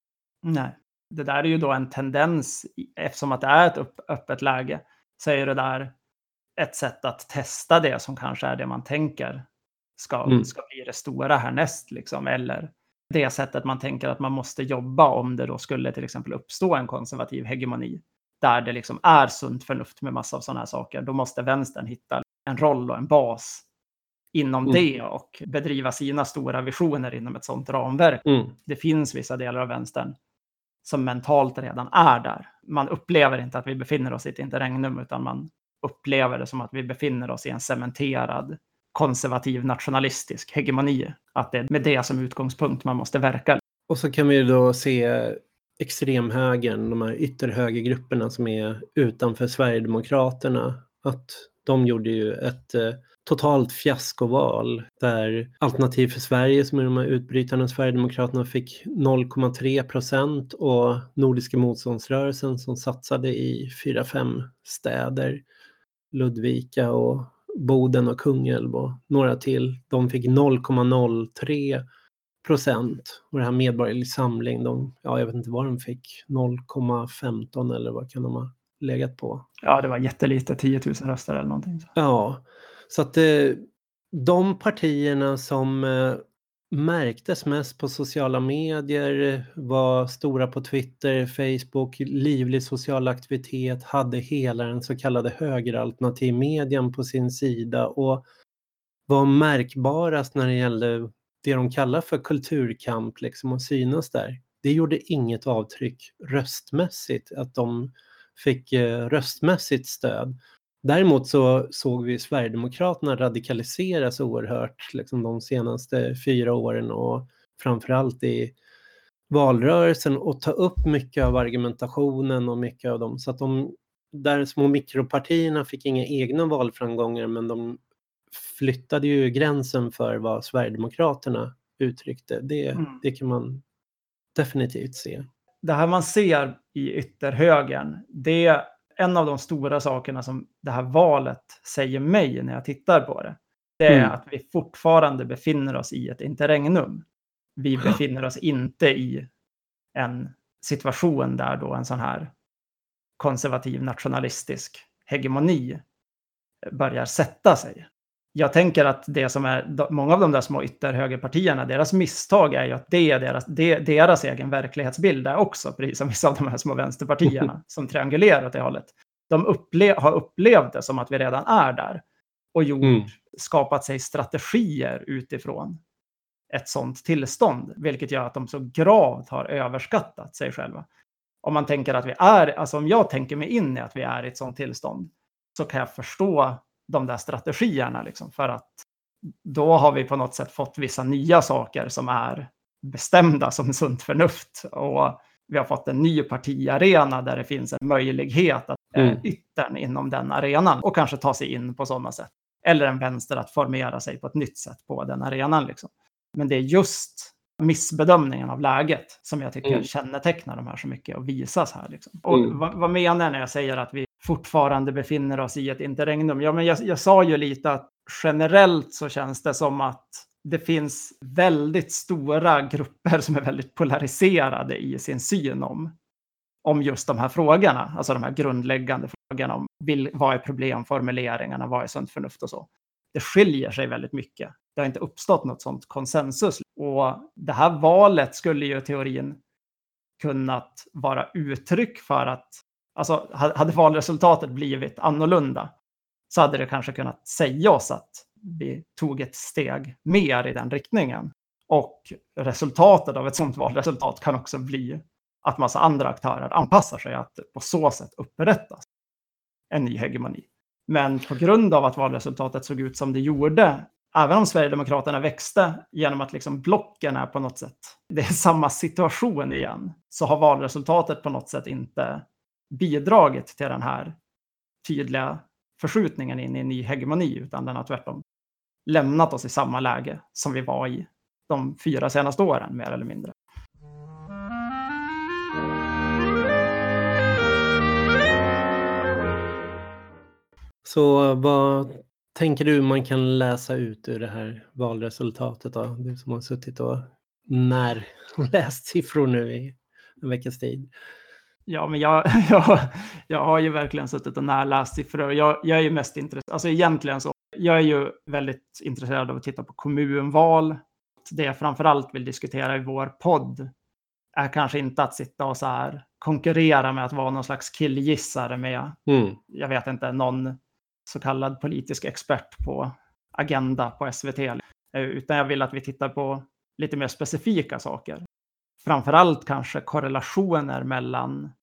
Nej, det där är ju då en tendens, eftersom att det är ett upp, öppet läge, så är det där ett sätt att testa det som kanske är det man tänker ska, mm. ska bli det stora härnäst liksom, eller det sättet man tänker att man måste jobba om det då skulle till exempel uppstå en konservativ hegemoni där det liksom är sunt förnuft med massa av sådana här saker. Då måste vänstern hitta en roll och en bas inom mm. det och bedriva sina stora visioner inom ett sådant ramverk. Mm. Det finns vissa delar av vänstern som mentalt redan är där. Man upplever inte att vi befinner oss i ett interregnum, utan man upplever det som att vi befinner oss i en cementerad konservativ nationalistisk hegemoni. Att det är med det som utgångspunkt man måste verka. Och så kan vi då se extremhögern, de här ytterhögergrupperna som är utanför Sverigedemokraterna, att de gjorde ju ett eh, totalt fiaskoval där Alternativ för Sverige, som är de här utbrytarna, Sverigedemokraterna, fick noll komma tre procent och Nordiska motståndsrörelsen som satsade i fyra fem städer, Ludvika och Boden och Kungälv och några till, de fick noll komma noll tre procent. Och det här Medborgerlig Samling, de, ja, jag vet inte vad de fick, noll komma femton eller vad kan de ha legat på? Ja, det var jättelite, tio tusen röster eller någonting. Så. Ja, så att eh, de partierna som eh, märktes mest på sociala medier, var stora på Twitter, Facebook, livlig social aktivitet, hade hela den så kallade högeralternativmedian på sin sida och var märkbarast när det gällde det de kallar för kulturkamp liksom, och synas där. Det gjorde inget avtryck röstmässigt, att de fick eh, röstmässigt stöd. Däremot så såg vi Sverigedemokraterna radikaliseras oerhört liksom, de senaste fyra åren och framförallt i valrörelsen och ta upp mycket av argumentationen och mycket av dem. Så att de där små mikropartierna fick inga egna valframgångar, men de flyttade ju gränsen för vad Sverigedemokraterna uttryckte. Det, mm. det kan man definitivt se. Det här man ser i ytterhögern, det är en av de stora sakerna som det här valet säger mig när jag tittar på det. Det är mm. att vi fortfarande befinner oss i ett interregnum. Vi befinner oss inte i en situation där då en sån här konservativ nationalistisk hegemoni börjar sätta sig. Jag tänker att det som är många av de där små ytterhögerpartierna, deras misstag är ju att det är deras, det, deras egen verklighetsbild är också, precis som vissa av de här små vänsterpartierna som triangulerar åt det hållet. De upple- har upplevt det som att vi redan är där och gjort, mm. skapat sig strategier utifrån ett sånt tillstånd, vilket gör att de så gravt har överskattat sig själva. Om man tänker att vi är, alltså om jag tänker mig in i att vi är i ett sånt tillstånd, så kan jag förstå de där strategierna liksom, för att då har vi på något sätt fått vissa nya saker som är bestämda som sunt förnuft, och vi har fått en ny partiarena där det finns en möjlighet att mm. yttern inom den arenan och kanske ta sig in på sådana sätt, eller en vänster att formera sig på ett nytt sätt på den arenan liksom. Men det är just missbedömningen av läget som jag tycker mm. kännetecknar de här så mycket och visas här liksom. Och mm. vad, vad menar jag när jag säger att vi fortfarande befinner oss i ett interregnum? Ja, men jag, jag sa ju lite att generellt så känns det som att det finns väldigt stora grupper som är väldigt polariserade i sin syn om, om just de här frågorna. Alltså de här grundläggande frågorna om vill, vad är problemformuleringarna, vad är sunt förnuft och så. Det skiljer sig väldigt mycket. Det har inte uppstått något sånt konsensus. Och det här valet skulle ju i teorin kunnat vara uttryck för att, alltså hade valresultatet blivit annorlunda så hade det kanske kunnat säga oss att vi tog ett steg mer i den riktningen. Och resultatet av ett sånt valresultat kan också bli att massa andra aktörer anpassar sig, att på så sätt upprättas en ny hegemoni. Men på grund av att valresultatet såg ut som det gjorde, även om Sverigedemokraterna växte genom att liksom blocken är på något sätt, det är samma situation igen, så har valresultatet på något sätt inte bidragit till den här tydliga förskjutningen in i en ny hegemoni, utan den har tvärtom lämnat oss i samma läge som vi var i de fyra senaste åren, mer eller mindre. Så vad tänker du man kan läsa ut ur det här valresultatet då? Du som har suttit och när läst siffror nu i en veckas tid. Ja, men jag, jag, jag har ju verkligen suttit och närläst siffror. Jag, jag är ju mest intresserad, alltså egentligen så, jag är ju väldigt intresserad av att titta på kommunval. Det jag framförallt vill diskutera i vår podd är kanske inte att sitta och så här konkurrera med att vara någon slags killgissare med, mm. jag vet inte, någon så kallad politisk expert på Agenda på S V T. Utan jag vill att vi tittar på lite mer specifika saker. Framförallt kanske korrelationer mellan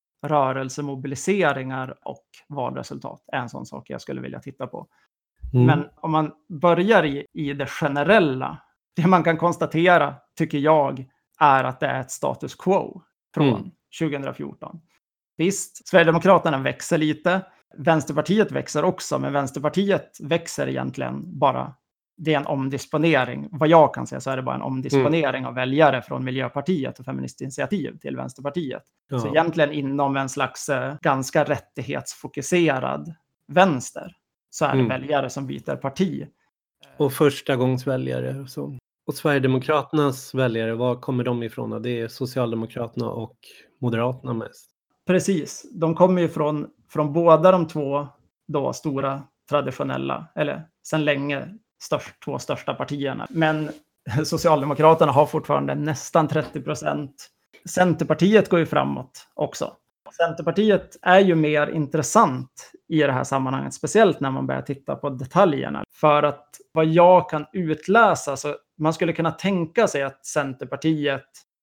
rörelsemobiliseringar och valresultat är en sån sak jag skulle vilja titta på. Mm. Men om man börjar i, i det generella, det man kan konstatera, tycker jag, är att det är ett status quo från mm. tjugo fjorton. Visst, Sverigedemokraterna växer lite. Vänsterpartiet växer också, men Vänsterpartiet växer egentligen bara, det är en omdisponering. Vad jag kan säga så är det bara en omdisponering mm. av väljare från Miljöpartiet och Feministinitiativ till Vänsterpartiet. Ja. Så egentligen inom en slags eh, ganska rättighetsfokuserad vänster så är det mm. väljare som byter parti. Och första gångs väljare. Så. Och Sverigedemokraternas väljare, var kommer de ifrån? Det är Socialdemokraterna och Moderaterna mest. Precis, de kommer ju från, från båda de två då stora traditionella, eller sedan länge störst, två största partierna. Men Socialdemokraterna har fortfarande nästan trettio procent. Centerpartiet går ju framåt också. Centerpartiet är ju mer intressant i det här sammanhanget, speciellt när man börjar titta på detaljerna. För att vad jag kan utläsa, så man skulle kunna tänka sig att Centerpartiet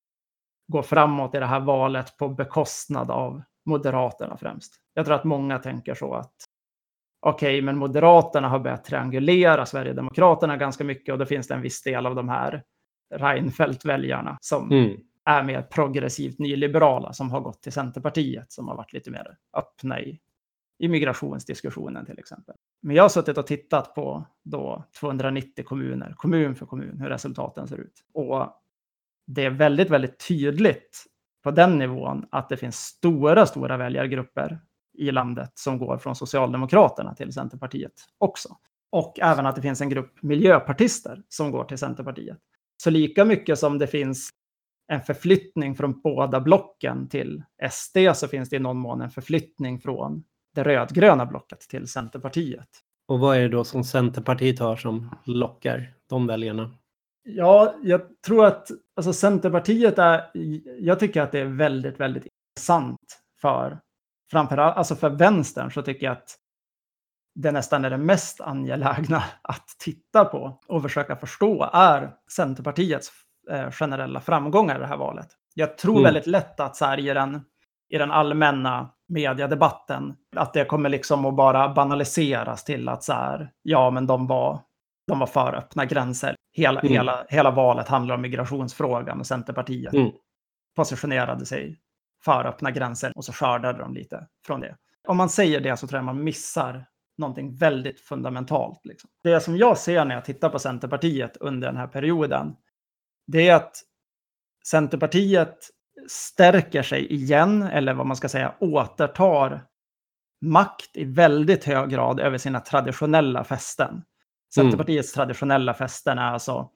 går framåt i det här valet på bekostnad av Moderaterna främst. Jag tror att många tänker så att okej, okay, men Moderaterna har börjat triangulera Sverigedemokraterna ganska mycket, och då finns det en viss del av de här Reinfeldt-väljarna som Mm. är mer progressivt nyliberala, som har gått till Centerpartiet, som har varit lite mer öppna i, i migrationsdiskussionen till exempel. Men jag har suttit och tittat på då tvåhundranittio kommuner, kommun för kommun, hur resultaten ser ut. Och det är väldigt, väldigt tydligt på den nivån att det finns stora, stora väljargrupper i landet som går från Socialdemokraterna till Centerpartiet också. Och även att det finns en grupp miljöpartister som går till Centerpartiet. Så lika mycket som det finns en förflyttning från båda blocken till S D, så finns det i någon mån en förflyttning från det rödgröna blocket till Centerpartiet. Och vad är det då som Centerpartiet har som lockar de väljarna? Ja, jag tror att alltså Centerpartiet är, jag tycker att det är väldigt, väldigt intressant för, framförallt alltså för vänstern, så tycker jag att det nästan är det mest angelägna att titta på och försöka förstå är Centerpartiets eh, generella framgångar i det här valet. Jag tror mm. väldigt lätt att så här, i, den, i den allmänna mediedebatten att det kommer liksom att bara banaliseras till att så här, ja men de var, de var för öppna gränser. Hela, mm. hela, hela valet handlar om migrationsfrågan och Centerpartiet mm. positionerade sig för öppna gränser och så skördade de lite från det. Om man säger det så tror jag man missar någonting väldigt fundamentalt. Liksom. Det som jag ser när jag tittar på Centerpartiet under den här perioden, det är att Centerpartiet stärker sig igen, eller vad man ska säga, återtar makt i väldigt hög grad över sina traditionella fästen. Centerpartiets mm. traditionella fästen är alltså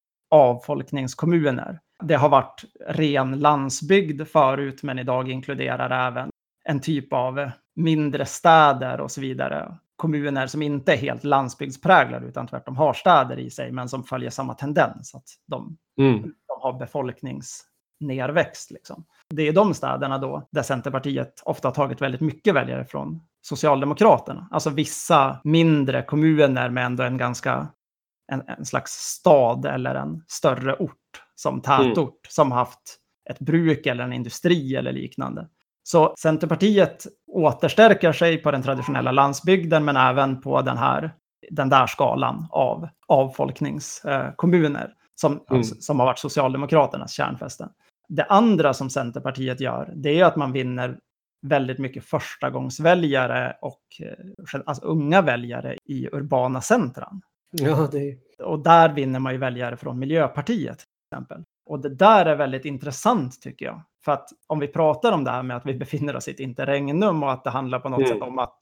avfolkningskommuner. Det har varit ren landsbygd förut, men idag inkluderar även en typ av mindre städer och så vidare. Kommuner som inte är helt landsbygdspräglade utan tvärtom har städer i sig, men som följer samma tendens att de, mm. de har befolkningsnerväxt. Liksom. Det är de städerna då där Centerpartiet ofta har tagit väldigt mycket väljare från Socialdemokraterna. Alltså vissa mindre kommuner med ändå en ganska en, en slags stad eller en större ort som tätort mm. som haft ett bruk eller en industri eller liknande. Så Centerpartiet återstärker sig på den traditionella landsbygden, men även på den här den där skalan av avfolkningskommuner som, mm. alltså, som har varit Socialdemokraternas kärnfäste. Det andra som Centerpartiet gör, det är att man vinner väldigt mycket förstagångsväljare och alltså, unga väljare i urbana centran. Ja, det... Och där vinner man ju väljare från Miljöpartiet till exempel. Och det där är väldigt intressant tycker jag. För att om vi pratar om det här med att vi befinner oss i ett interregnum och att det handlar på något mm. sätt om att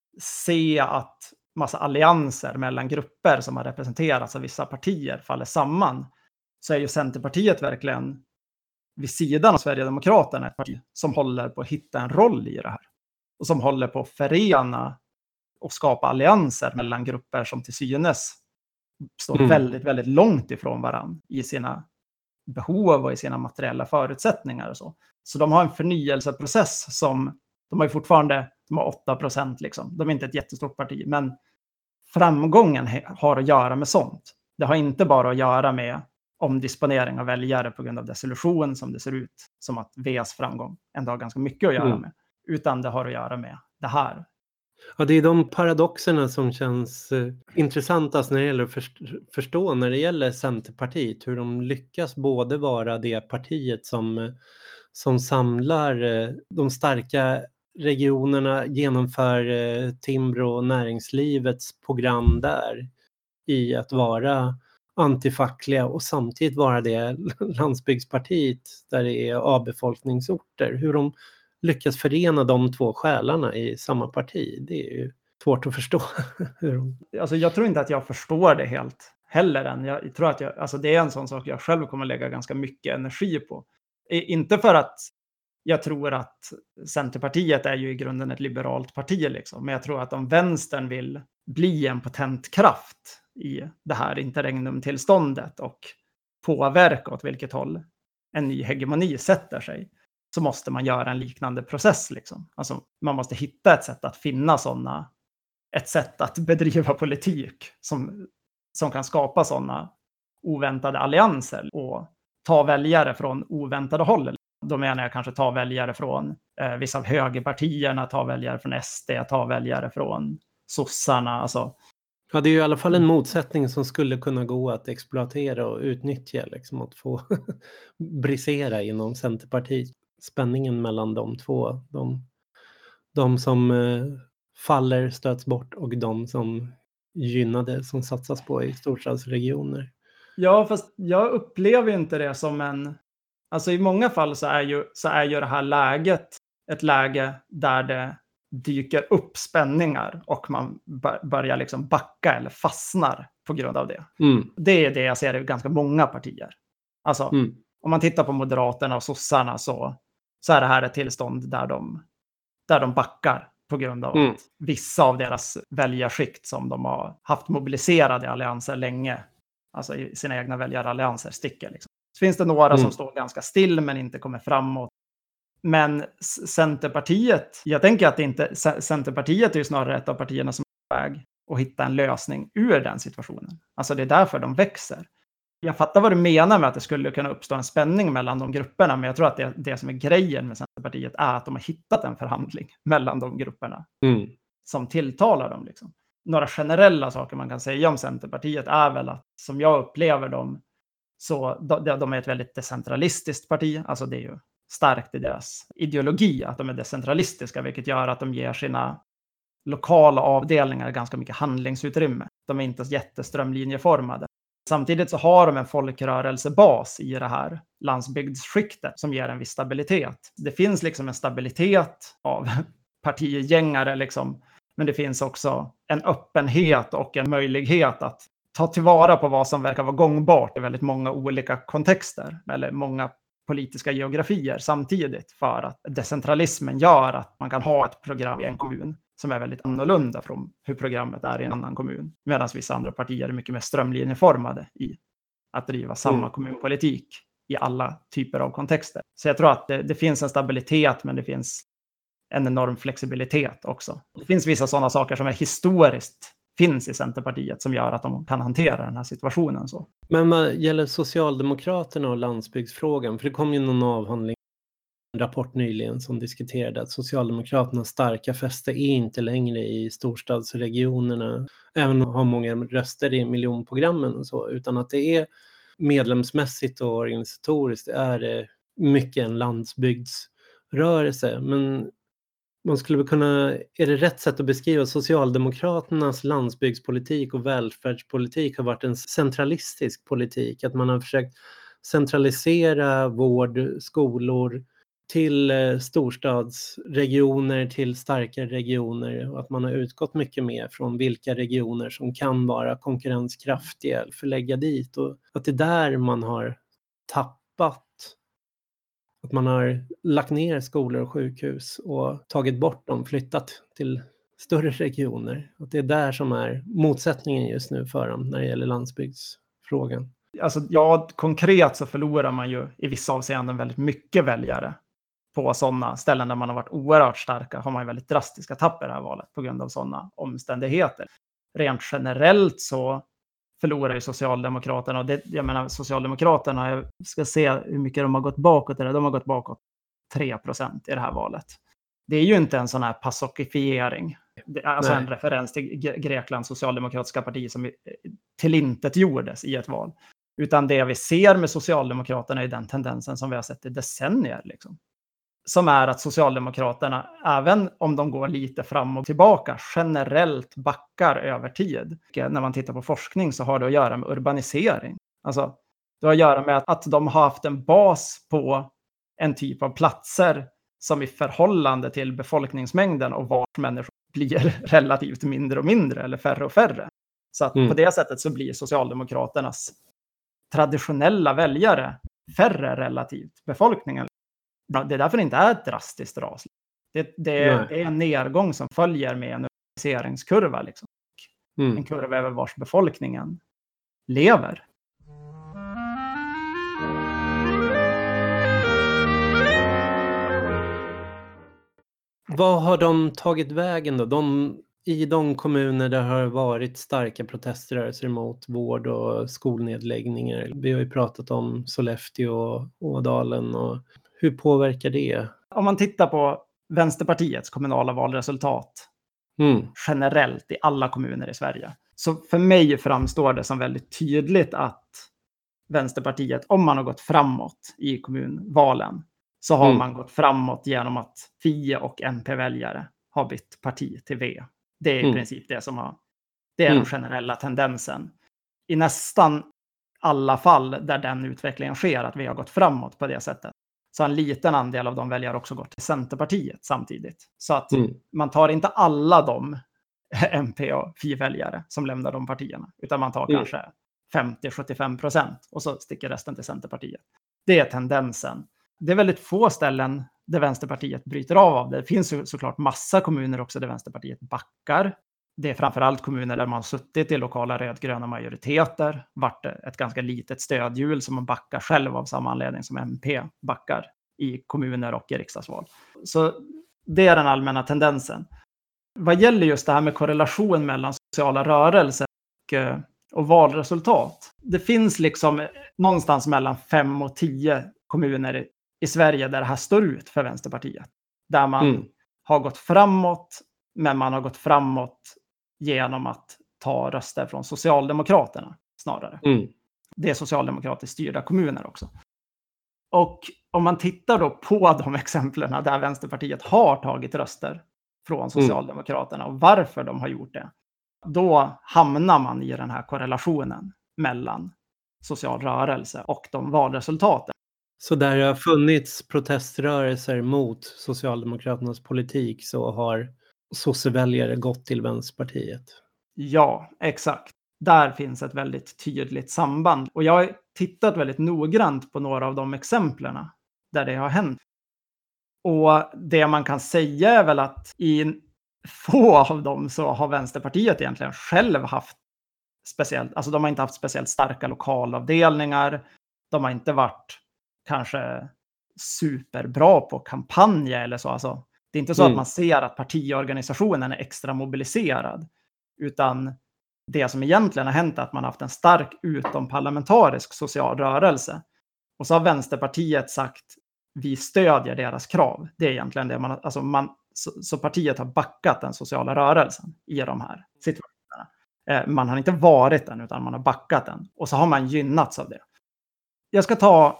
se att massa allianser mellan grupper som har representerats av vissa partier faller samman, så är ju Centerpartiet verkligen vid sidan av Sverigedemokraterna ett parti som håller på att hitta en roll i det här. Och som håller på att förena och skapa allianser mellan grupper som till synes står mm. väldigt, väldigt långt ifrån varandra i sina behov och i sina materiella förutsättningar och så. Så de har en förnyelseprocess som, de har ju fortfarande, de har åtta procent liksom. De är inte ett jättestort parti, men framgången har att göra med sånt. Det har inte bara att göra med omdisponering av väljare på grund av desillusion som det ser ut som att V:s framgång ändå har ganska mycket att göra mm. med. Utan det har att göra med det här. Ja, det är de paradoxerna som känns eh, intressantast när det gäller att först- förstå när det gäller Centerpartiet. Hur de lyckas både vara det partiet som, som samlar eh, de starka regionerna, genomför eh, Timbro och näringslivets program där i att vara antifackliga och samtidigt vara det landsbygdspartiet där det är avbefolkningsorter. Hur de lyckas förena de två själarna i samma parti, det är ju svårt att förstå. Hur de... Alltså jag tror inte att jag förstår det helt heller än. Jag tror att jag, alltså det är en sån sak jag själv kommer lägga ganska mycket energi på. Inte för att jag tror att Centerpartiet är ju i grunden ett liberalt parti liksom, men jag tror att om vänstern vill bli en potent kraft i det här interregnumtillståndet och påverka åt vilket håll en ny hegemoni sätter sig, så måste man göra en liknande process. Liksom. Alltså, man måste hitta ett sätt att finna sådana, ett sätt att bedriva politik som, som kan skapa sådana oväntade allianser och ta väljare från oväntade håll. Då menar jag kanske ta väljare från eh, vissa av högerpartierna, ta väljare från S D, ta väljare från sossarna. Alltså, Ja, det är ju i alla fall en motsättning som skulle kunna gå att exploatera och utnyttja, liksom att få brisera inom Centerpartiet. Spänningen mellan de två, de, de som eh, faller stöts bort och de som gynnade, som satsas på i storstadsregioner. Ja, fast jag upplever inte det som en... Alltså i många fall så är ju, så är ju det här läget ett läge där det dyker upp spänningar och man börjar liksom backa eller fastnar på grund av det. Mm. Det är det jag ser i ganska många partier. Alltså, Mm. om man tittar på Moderaterna och sossarna så, så är det här ett tillstånd där de, där de backar på grund av Mm. att vissa av deras väljarskikt som de har haft mobiliserade i allianser länge, alltså i sina egna väljarallianser, sticker. Liksom. Så finns det några Mm. som står ganska still men inte kommer framåt. Men Centerpartiet, jag tänker att det inte, Centerpartiet är ju snarare ett av partierna som är på väg att hitta en lösning ur den situationen. Alltså det är därför de växer. Jag fattar vad du menar med att det skulle kunna uppstå en spänning mellan de grupperna, men jag tror att det, det som är grejen med Centerpartiet är att de har hittat en förhandling mellan de grupperna Mm. som tilltalar dem. Liksom. Några generella saker man kan säga om Centerpartiet är väl att, som jag upplever dem, så de, de är ett väldigt decentralistiskt parti. Alltså det är ju starkt i deras ideologi att de är decentralistiska, vilket gör att de ger sina lokala avdelningar ganska mycket handlingsutrymme. De är inte jätteströmlinjeformade. Samtidigt så har de en folkrörelsebas i det här landsbygdsskiktet som ger en viss stabilitet. Det finns liksom en stabilitet av partigängare liksom, men det finns också en öppenhet och en möjlighet att ta tillvara på vad som verkar vara gångbart i väldigt många olika kontexter eller många politiska geografier samtidigt, för att decentralismen gör att man kan ha ett program i en kommun som är väldigt annorlunda från hur programmet är i en annan kommun. Medan vissa andra partier är mycket mer strömlinjeformade i att driva samma Mm. kommunpolitik i alla typer av kontexter. Så jag tror att det, det finns en stabilitet, men det finns en enorm flexibilitet också. Det finns vissa sådana saker som är historiskt finns i Centerpartiet som gör att de kan hantera den här situationen. Så. Men vad gäller Socialdemokraterna och landsbygdsfrågan, för det kom ju någon avhandling, en rapport nyligen som diskuterade att Socialdemokraternas starka fäste är inte längre i storstadsregionerna, även om de har många röster i miljonprogrammen och så, utan att det är medlemsmässigt och organisatoriskt är det mycket en landsbygdsrörelse. Men man skulle väl kunna, är det rätt sätt att beskriva Socialdemokraternas landsbygdspolitik och välfärdspolitik har varit en centralistisk politik? Att man har försökt centralisera vård, skolor till storstadsregioner, till starkare regioner, och att man har utgått mycket mer från vilka regioner som kan vara konkurrenskraftiga, förlägga dit, och att det är där man har tappat. Att man har lagt ner skolor och sjukhus och tagit bort dem, flyttat till större regioner. Att det är där som är motsättningen just nu för dem när det gäller landsbygdsfrågan. Alltså, ja, konkret så förlorar man ju i vissa avseenden väldigt mycket väljare. På sådana ställen där man har varit oerhört starka har man ju väldigt drastiska tapp i det här valet på grund av sådana omständigheter. Rent generellt så förlorar ju Socialdemokraterna, och det, jag menar Socialdemokraterna, jag ska se hur mycket de har gått bakåt, eller de har gått bakåt tre procent i det här valet. Det är ju inte en sån här pasokifiering, alltså Nej. En referens till Greklands socialdemokratiska parti som tillintetgjordes i ett val. Utan det vi ser med Socialdemokraterna är den tendensen som vi har sett i decennier liksom. Som är att Socialdemokraterna, även om de går lite fram och tillbaka, generellt backar över tid. När man tittar på forskning så har det att göra med urbanisering. Alltså, det har att göra med att de har haft en bas på en typ av platser som i förhållande till befolkningsmängden och vart människor blir relativt mindre och mindre eller färre och färre. Så att mm. på det sättet så blir Socialdemokraternas traditionella väljare färre relativt befolkningen. Det är därför det inte är ett drastiskt ras. Det, det, är, det är en nedgång som följer med en urbaniseringskurva. Liksom. Mm. En kurva över vars befolkningen lever. Vad har de tagit vägen då? De, i de kommuner där har varit starka proteströrelser mot vård och skolnedläggningar. Vi har ju pratat om Sollefteå och Ådalen. Och hur påverkar det? Om man tittar på Vänsterpartiets kommunala valresultat mm. generellt i alla kommuner i Sverige, Så för mig framstår det som väldigt tydligt att Vänsterpartiet, om man har gått framåt i kommunvalen, så har Mm. man gått framåt genom att F I E och M P-väljare har bytt parti till V. Det är i Mm. princip det som har, det är Mm. den generella tendensen. I nästan alla fall där den utvecklingen sker, att vi har gått framåt på det sättet, så en liten andel av de väljare också gått till Centerpartiet samtidigt. Så att Mm. man tar inte alla de M P och F I-väljare som lämnar de partierna, utan man tar Mm. kanske femtio till sjuttiofem procent och så sticker resten till Centerpartiet. Det är tendensen. Det är väldigt få ställen där Vänsterpartiet bryter av av det. Det finns ju såklart massa kommuner också där Vänsterpartiet backar. Det är framförallt kommuner där man har suttit i lokala rödgröna majoriteter, varit ett ganska litet stödhjul som man backar själv av samma anledning som M P backar i kommuner och i riksdagsval. Så det är den allmänna tendensen. Vad gäller just det här med korrelation mellan sociala rörelser och, och valresultat. Det finns liksom någonstans mellan fem och tio kommuner i Sverige där det här står ut för Vänsterpartiet. Där man Mm. har gått framåt, men man har gått framåt genom att ta röster från Socialdemokraterna snarare. Mm. Det är socialdemokratiskt styrda kommuner också. Och om man tittar då på de exemplen där Vänsterpartiet har tagit röster från Socialdemokraterna och varför de har gjort det, då hamnar man i den här korrelationen mellan social rörelse och de valresultaten. Så där det har funnits proteströrelser mot Socialdemokraternas politik så har sosseväljare gått till Vänsterpartiet? Ja, exakt. Där finns ett väldigt tydligt samband. Och jag har tittat väldigt noggrant på några av de exemplen där det har hänt. Och det man kan säga är väl att i få av dem så har Vänsterpartiet egentligen själv haft speciellt, alltså de har inte haft speciellt starka lokalavdelningar. De har inte varit kanske superbra på kampanjer eller så. Alltså, det är inte så Mm. att man ser att partiorganisationen är extra mobiliserad. Utan det som egentligen har hänt är att man har haft en stark utomparlamentarisk social rörelse. Och så har Vänsterpartiet sagt vi stödjer deras krav. Det är egentligen det man, alltså man så, så partiet har backat den sociala rörelsen i de här situationerna. Eh, man har inte varit den utan man har backat den. Och så har man gynnats av det. Jag ska ta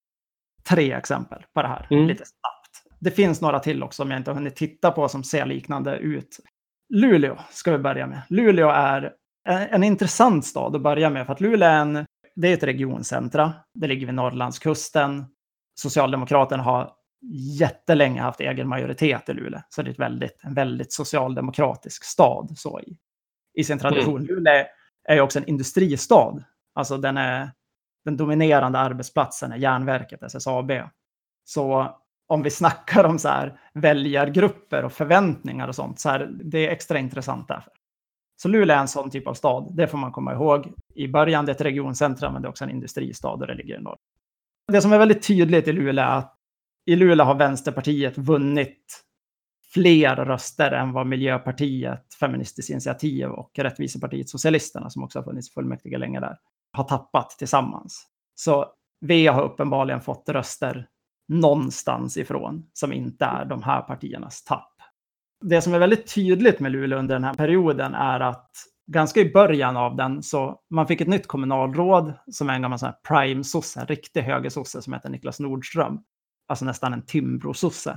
tre exempel på det här Mm. lite snabbt. Det finns några till också som jag inte har hunnit titta på som ser liknande ut. Luleå ska vi börja med. Luleå är en, en intressant stad att börja med för att Luleå är, en, det är ett regioncentra. Det ligger vid Norrlandskusten. Socialdemokraterna har jättelänge haft egen majoritet i Luleå. Så det är ett väldigt, en väldigt socialdemokratisk stad så i, i sin tradition. Mm. Luleå är ju också en industristad. Alltså den är den dominerande arbetsplatsen är järnverket, S S A B. Så om vi snackar om så här väljargrupper och förväntningar och sånt, så här, det är extra intressant därför. Så Luleå är en sån typ av stad, det får man komma ihåg. I början det är ett regioncentrum, men det är också en industristad och det ligger i norr. Det som är väldigt tydligt i Luleå är att i Luleå har Vänsterpartiet vunnit fler röster än vad Miljöpartiet, Feministiskt initiativ och Rättvisepartiet Socialisterna, som också har funnits fullmäktige länge där, har tappat tillsammans. Så V har uppenbarligen fått röster någonstans ifrån som inte är de här partiernas tapp. Det som är väldigt tydligt med Luleå under den här perioden är att ganska i början av den så man fick ett nytt kommunalråd som är en gammal sån här prime-sosse, en riktig högersosse som heter Niklas Nordström. Alltså nästan en Timbro-sosse.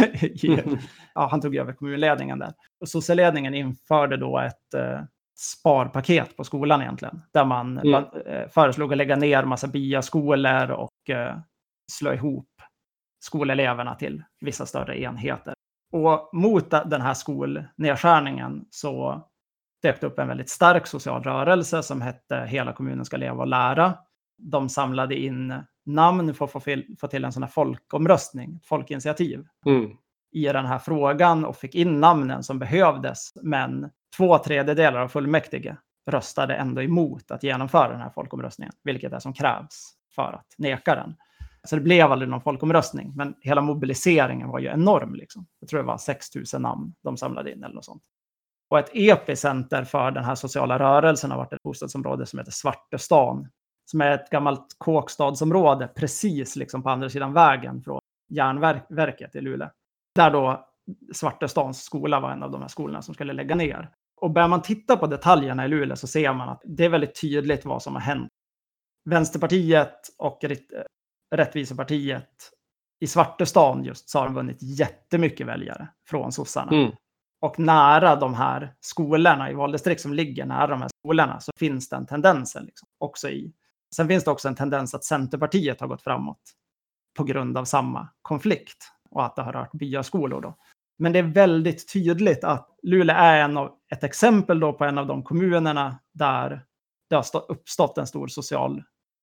Ja, han tog över kommunledningen där. Och sosseledningen införde då ett eh, sparpaket på skolan egentligen. Där man mm. eh, föreslog att lägga ner massa biaskolor och eh, slå ihop skoleleverna till vissa större enheter. Och mot den här skolnedskärningen så döpte upp en väldigt stark social rörelse som hette Hela kommunen ska leva och lära. De samlade in namn för att få, få till en sån här folkomröstning, folkinitiativ mm. i den här frågan och fick in namnen som behövdes. Men två tredjedelar av fullmäktige röstade ändå emot att genomföra den här folkomröstningen, vilket är som krävs för att neka den. Så det blev aldrig någon folkomröstning, men hela mobiliseringen var ju enorm. Liksom. Jag tror det var sex tusen namn de samlade in eller något sånt. Och ett epicenter för den här sociala rörelsen har varit ett bostadsområde som heter Svartestan, som är ett gammalt kåkstadsområde precis liksom på andra sidan vägen från järnverket i Luleå. Där då Svartestans skola var en av de här skolorna som skulle lägga ner. Och börjar man titta på detaljerna i Luleå så ser man att det är väldigt tydligt vad som har hänt. Vänsterpartiet och Rättvisepartiet i Svartestan just så har de vunnit jättemycket väljare från sossarna. Mm. Och nära de här skolorna i valdistrikt som ligger nära de här skolorna så finns den tendensen liksom också i. Sen finns det också en tendens att Centerpartiet har gått framåt på grund av samma konflikt och att det har rört byskolor då. Men det är väldigt tydligt att Luleå är en av, ett exempel då på en av de kommunerna där det har stå, uppstått en stor social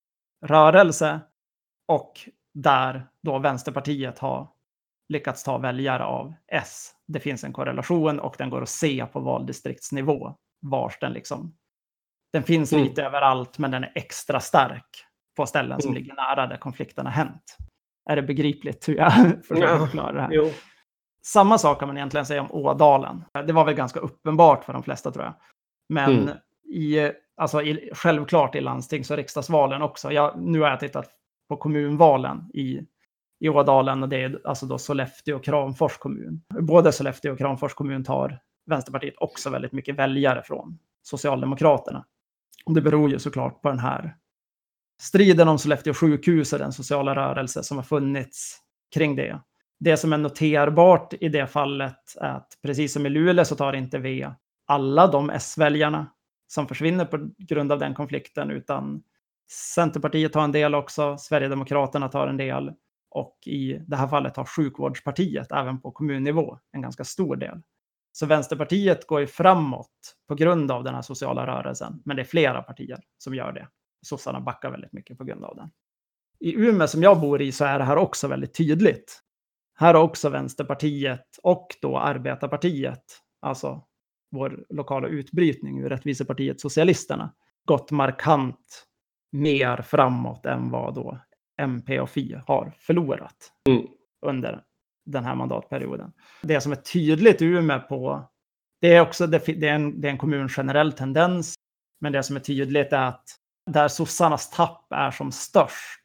rörelse och där då Vänsterpartiet har lyckats ta väljare av S. Det finns en korrelation och den går att se på valdistriktsnivå vars den liksom den finns Mm. lite överallt men den är extra stark på ställen som Mm. ligger nära där konflikten har hänt. Är det begripligt hur jag försöker Ja, förklara det här? jo. Samma sak kan man egentligen säga om Ådalen. Det var väl ganska uppenbart för de flesta tror jag. Men Mm. i, alltså i, självklart i landstings- och riksdagsvalen också. Jag, nu har jag tittat på kommunvalen i, i Ådalen och det är alltså då Sollefteå och Kramfors kommun. Både Sollefteå och Kramfors kommun tar Vänsterpartiet också väldigt mycket väljare från Socialdemokraterna. Och det beror ju såklart på den här striden om Sollefteå sjukhus och den sociala rörelse som har funnits kring det. Det som är noterbart i det fallet är att precis som i Luleå så tar inte V alla de S-väljarna som försvinner på grund av den konflikten, utan Centerpartiet tar en del också, Sverigedemokraterna tar en del och i det här fallet har sjukvårdspartiet även på kommunnivå en ganska stor del. Så Vänsterpartiet går ju framåt på grund av den här sociala rörelsen, men det är flera partier som gör det. Sossarna backar väldigt mycket på grund av den. I Umeå som jag bor i så är det här också väldigt tydligt. Här har också Vänsterpartiet och då Arbetarpartiet, alltså vår lokala utbrytning ur Rättvisepartiet Socialisterna, gått markant mer framåt än vad då M P och F I har förlorat Mm. under den här mandatperioden. Det som är tydligt i Umeå på, det är också det är en, det är en kommun generell tendens, men det som är tydligt är att där sossarnas tapp är som störst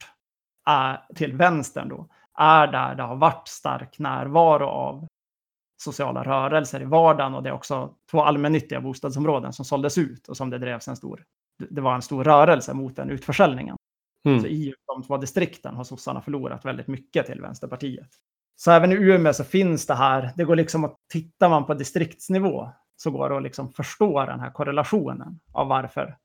är till vänstern då, är där det har varit stark närvaro av sociala rörelser i vardagen, och det är också två allmännyttiga bostadsområden som såldes ut och som det drevs en stor, det var en stor rörelse mot den utförsäljningen. Mm. Så i de två distrikten har sossarna förlorat väldigt mycket till Vänsterpartiet. Så även i Umeå så finns det här, det går liksom att tittar man på distriktsnivå så går det att liksom förstå den här korrelationen av varför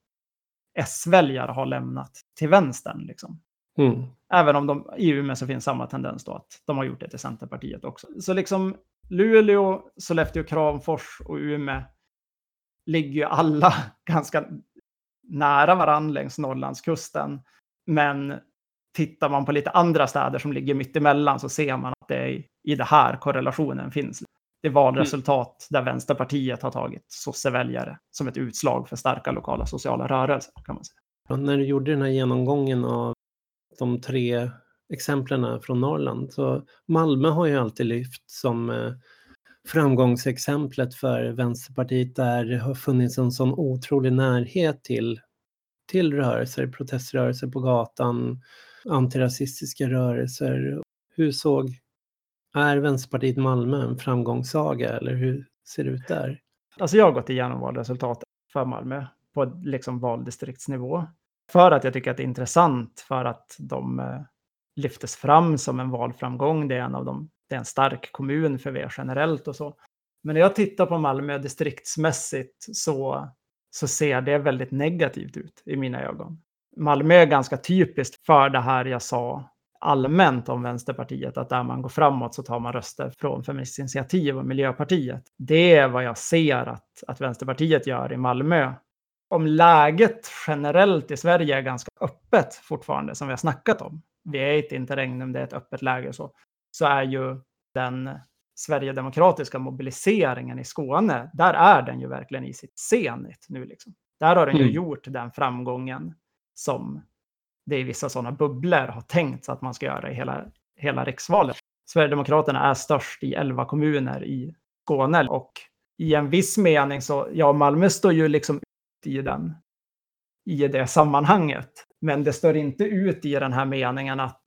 S-väljare har lämnat till vänstern liksom. Mm. Även om de, i Umeå så finns samma tendens då att de har gjort det till Centerpartiet också. Så liksom Luleå, Sollefteå, Kramfors och Umeå ligger ju alla ganska nära varann längs Norrlandskusten. Men tittar man på lite andra städer som ligger mitt emellan så ser man att det är i det här korrelationen finns. Det är valresultat där Vänsterpartiet har tagit sosseväljare som ett utslag för starka lokala sociala rörelser kan man säga. Och när du gjorde den här genomgången av de tre exemplen från Norrland, så Malmö har ju alltid lyft som eh, framgångsexemplet för Vänsterpartiet, där det har funnits en sån otrolig närhet till, till rörelser, proteströrelser på gatan, antirasistiska rörelser. Hur såg, är Vänsterpartiet Malmö en framgångssaga eller hur ser det ut där? Alltså jag har gått igenom valresultatet för Malmö på liksom valdistriktsnivå. För att jag tycker att det är intressant, för att de eh, lyftes fram som en valframgång. Det är en av dem, det är en stark kommun för V generellt och så. Men när jag tittar på Malmö distriktsmässigt så, så ser det väldigt negativt ut i mina ögon. Malmö är ganska typiskt för det här jag sa allmänt om Vänsterpartiet, att där man går framåt så tar man röster från Feministiskt initiativ och Miljöpartiet. Det är vad jag ser att, att Vänsterpartiet gör i Malmö. Om läget generellt i Sverige är ganska öppet fortfarande, som vi har snackat om, vi är ett interregnum, det är ett öppet läge, så, så är ju den Sverigedemokratiska mobiliseringen i Skåne, där är den ju verkligen i sitt zenit nu liksom. Där har den ju Mm. gjort den framgången som det i vissa sådana bubblor har tänkt att man ska göra i hela, hela riksvalet. Sverigedemokraterna är störst i elva kommuner i Skåne, och i en viss mening så, ja, Malmö står ju liksom i den, i det sammanhanget. Men det står inte ut i den här meningen att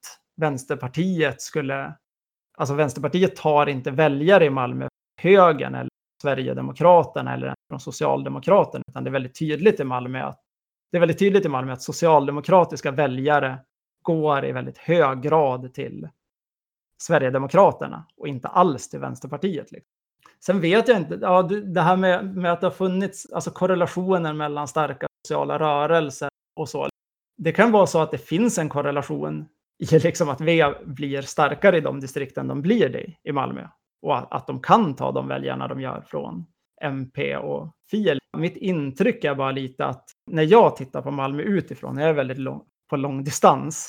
Vänsterpartiet skulle, alltså Vänsterpartiet tar inte väljare i Malmö högern eller Sverigedemokraterna eller från Socialdemokraterna, utan det är väldigt tydligt i Malmö att det är väldigt tydligt i Malmö att socialdemokratiska väljare går i väldigt hög grad till Sverigedemokraterna och inte alls till Vänsterpartiet. Liksom. Sen vet jag inte, ja, det här med, med att det har funnits alltså korrelationen mellan starka sociala rörelser och så. Det kan vara så att det finns en korrelation i liksom att V blir starkare i de distrikten de blir det i Malmö. Och att de kan ta de väljarna de gör från M P och F I. Mitt intryck är bara lite att när jag tittar på Malmö utifrån, jag är väldigt lång, på lång distans.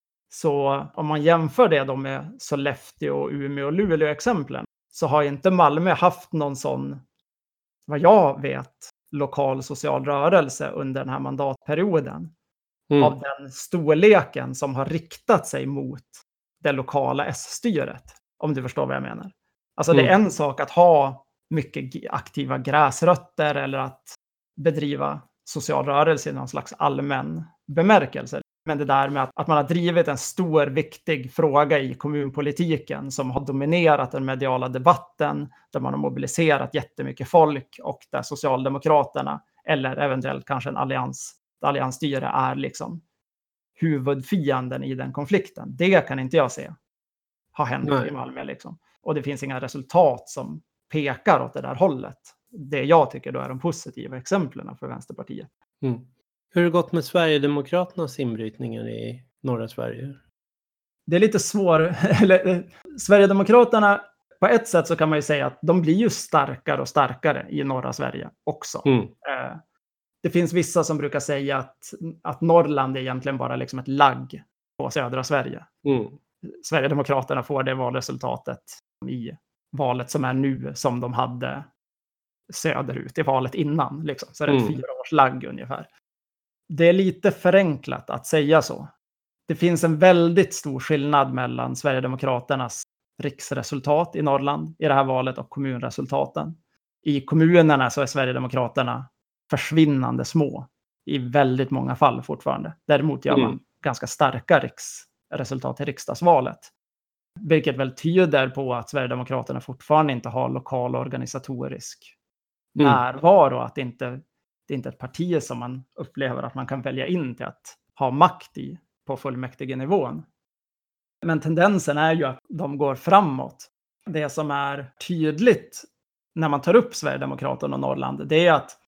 Så om man jämför det då med Sollefteå, Umeå och Luleå exemplen, så har inte Malmö haft någon sån, vad jag vet, lokal social rörelse under den här mandatperioden. Mm. Av den storleken som har riktat sig mot det lokala S-styret. Om du förstår vad jag menar. Alltså mm. det är en sak att ha mycket aktiva gräsrötter eller att bedriva social rörelse i någon slags allmän bemärkelse. Men det där med att, att man har drivit en stor, viktig fråga i kommunpolitiken som har dominerat den mediala debatten, där man har mobiliserat jättemycket folk och där Socialdemokraterna eller eventuellt kanske en allians, alliansstyre är liksom huvudfienden i den konflikten. Det kan inte jag se har hänt Nej. i Malmö. Liksom. Och det finns inga resultat som pekar åt det där hållet. Det jag tycker då är de positiva exemplen för Vänsterpartiet. Mm. Hur har det gått med Sverigedemokraternas inbrytningar i norra Sverige? Det är lite svår. Sverigedemokraterna, på ett sätt så kan man ju säga att de blir ju starkare och starkare i norra Sverige också. Mm. Det finns vissa som brukar säga att, att Norrland är egentligen bara liksom ett lagg på södra Sverige. Mm. Sverigedemokraterna får det valresultatet i valet som är nu som de hade söderut i valet innan. Liksom. Så det är ett mm. fyra års lagg ungefär. Det är lite förenklat att säga så. Det finns en väldigt stor skillnad mellan Sverigedemokraternas riksresultat i Norrland i det här valet och kommunresultaten. I kommunerna så är Sverigedemokraterna försvinnande små i väldigt många fall fortfarande. Däremot gör man mm. ganska starka riksresultat i riksdagsvalet. Vilket väl tyder på att Sverigedemokraterna fortfarande inte har lokal organisatorisk mm. närvaro. Att det inte det är inte ett parti som man upplever att man kan välja in till att ha makt i på fullmäktige nivån. Men tendensen är ju att de går framåt. Det som är tydligt när man tar upp Sverigedemokraterna och Norrland, det är att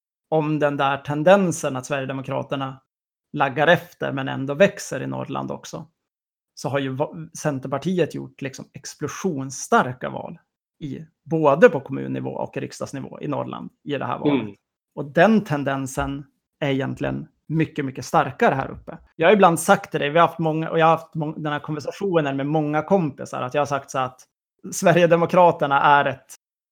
om den där tendensen att Sverigedemokraterna laggar efter men ändå växer i Norrland också, så har ju Centerpartiet gjort liksom explosionsstarka val i både på kommunnivå och riksdagsnivå i Norrland i det här valet. Mm. Och den tendensen är egentligen mycket, mycket starkare här uppe. Jag har ibland sagt till dig, vi har haft många, och jag har haft må- den här konversationen med många kompisar, att jag har sagt så att Sverigedemokraterna är ett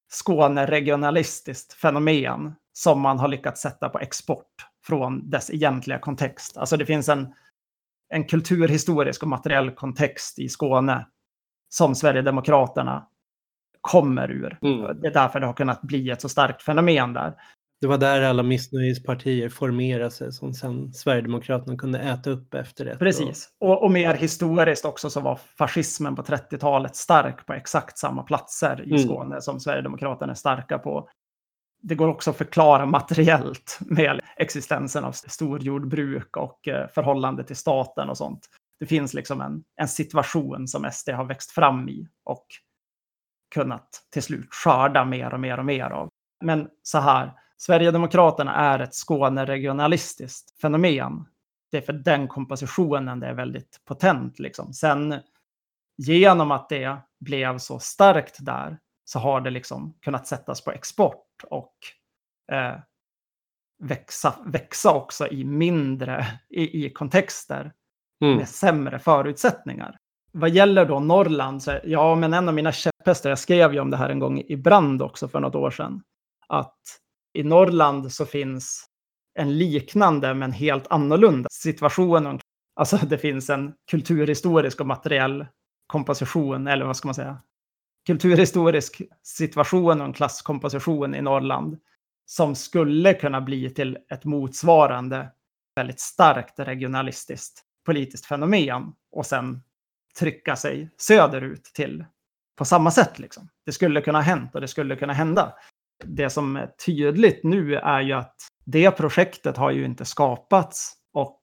Skåne-regionalistiskt fenomen som man har lyckats sätta på export från dess egentliga kontext. Alltså det finns en, en kulturhistorisk och materiell kontext i Skåne som Sverigedemokraterna kommer ur. Mm. Det är därför det har kunnat bli ett så starkt fenomen där. Det var där alla missnöjespartier formerade sig som sen Sverigedemokraterna kunde äta upp efter det. Precis. Och, och mer historiskt också så var fascismen på trettiotalet stark på exakt samma platser i Skåne mm. som Sverigedemokraterna är starka på. Det går också att förklara materiellt med existensen av storjordbruk och eh, förhållande till staten och sånt. Det finns liksom en, en situation som S D har växt fram i och kunnat till slut skörda mer och mer och mer av. Men så här, Sverigedemokraterna är ett Skåne-regionalistiskt fenomen. Det är för den kompositionen det är väldigt potent. Liksom. Sen genom att det blev så starkt där så har det liksom kunnat sättas på export och eh, växa, växa också i mindre i, i kontexter mm. med sämre förutsättningar. Vad gäller då Norrland så ja, men en av mina käpphästar, jag skrev ju om det här en gång i Brand också för något år sedan, att i Norrland så finns en liknande men helt annorlunda situation. Alltså det finns en kulturhistorisk och materiell komposition, eller vad ska man säga? Kulturhistorisk situation och en klasskomposition i Norrland som skulle kunna bli till ett motsvarande väldigt starkt regionalistiskt politiskt fenomen och sen trycka sig söderut till på samma sätt. Liksom. Det skulle kunna ha hänt och det skulle kunna hända. Det som är tydligt nu är ju att det projektet har ju inte skapats och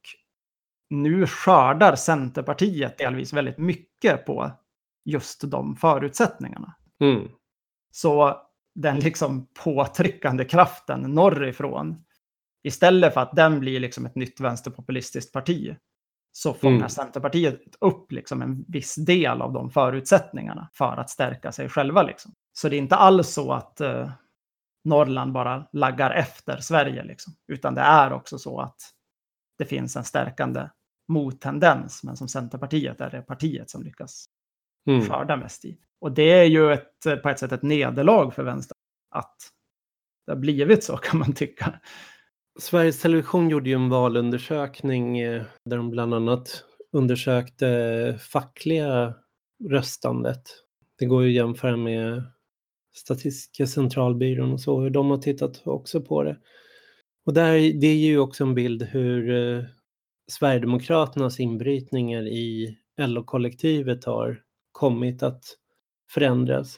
nu skördar Centerpartiet delvis väldigt mycket på just de förutsättningarna. Mm. Så den liksom påtryckande kraften norrifrån, istället för att den blir liksom ett nytt vänsterpopulistiskt parti, så fångar Mm. Centerpartiet upp liksom en viss del av de förutsättningarna för att stärka sig själva. Liksom. Så det är inte alls så att uh, Norrland bara laggar efter Sverige, liksom, utan det är också så att det finns en stärkande mottendens, men som Centerpartiet är det partiet som lyckas Mm. skörda mest i. Och det är ju ett, på ett sätt ett nederlag för vänster att det har blivit så, kan man tycka. Sveriges Television gjorde ju en valundersökning eh, där de bland annat undersökte fackliga röstandet. Det går ju att jämföra med Statistiska centralbyrån och så, hur de har tittat också på det. Och där, det är ju också en bild hur eh, Sverigedemokraternas inbrytningar i L O-kollektivet har kommit att förändras.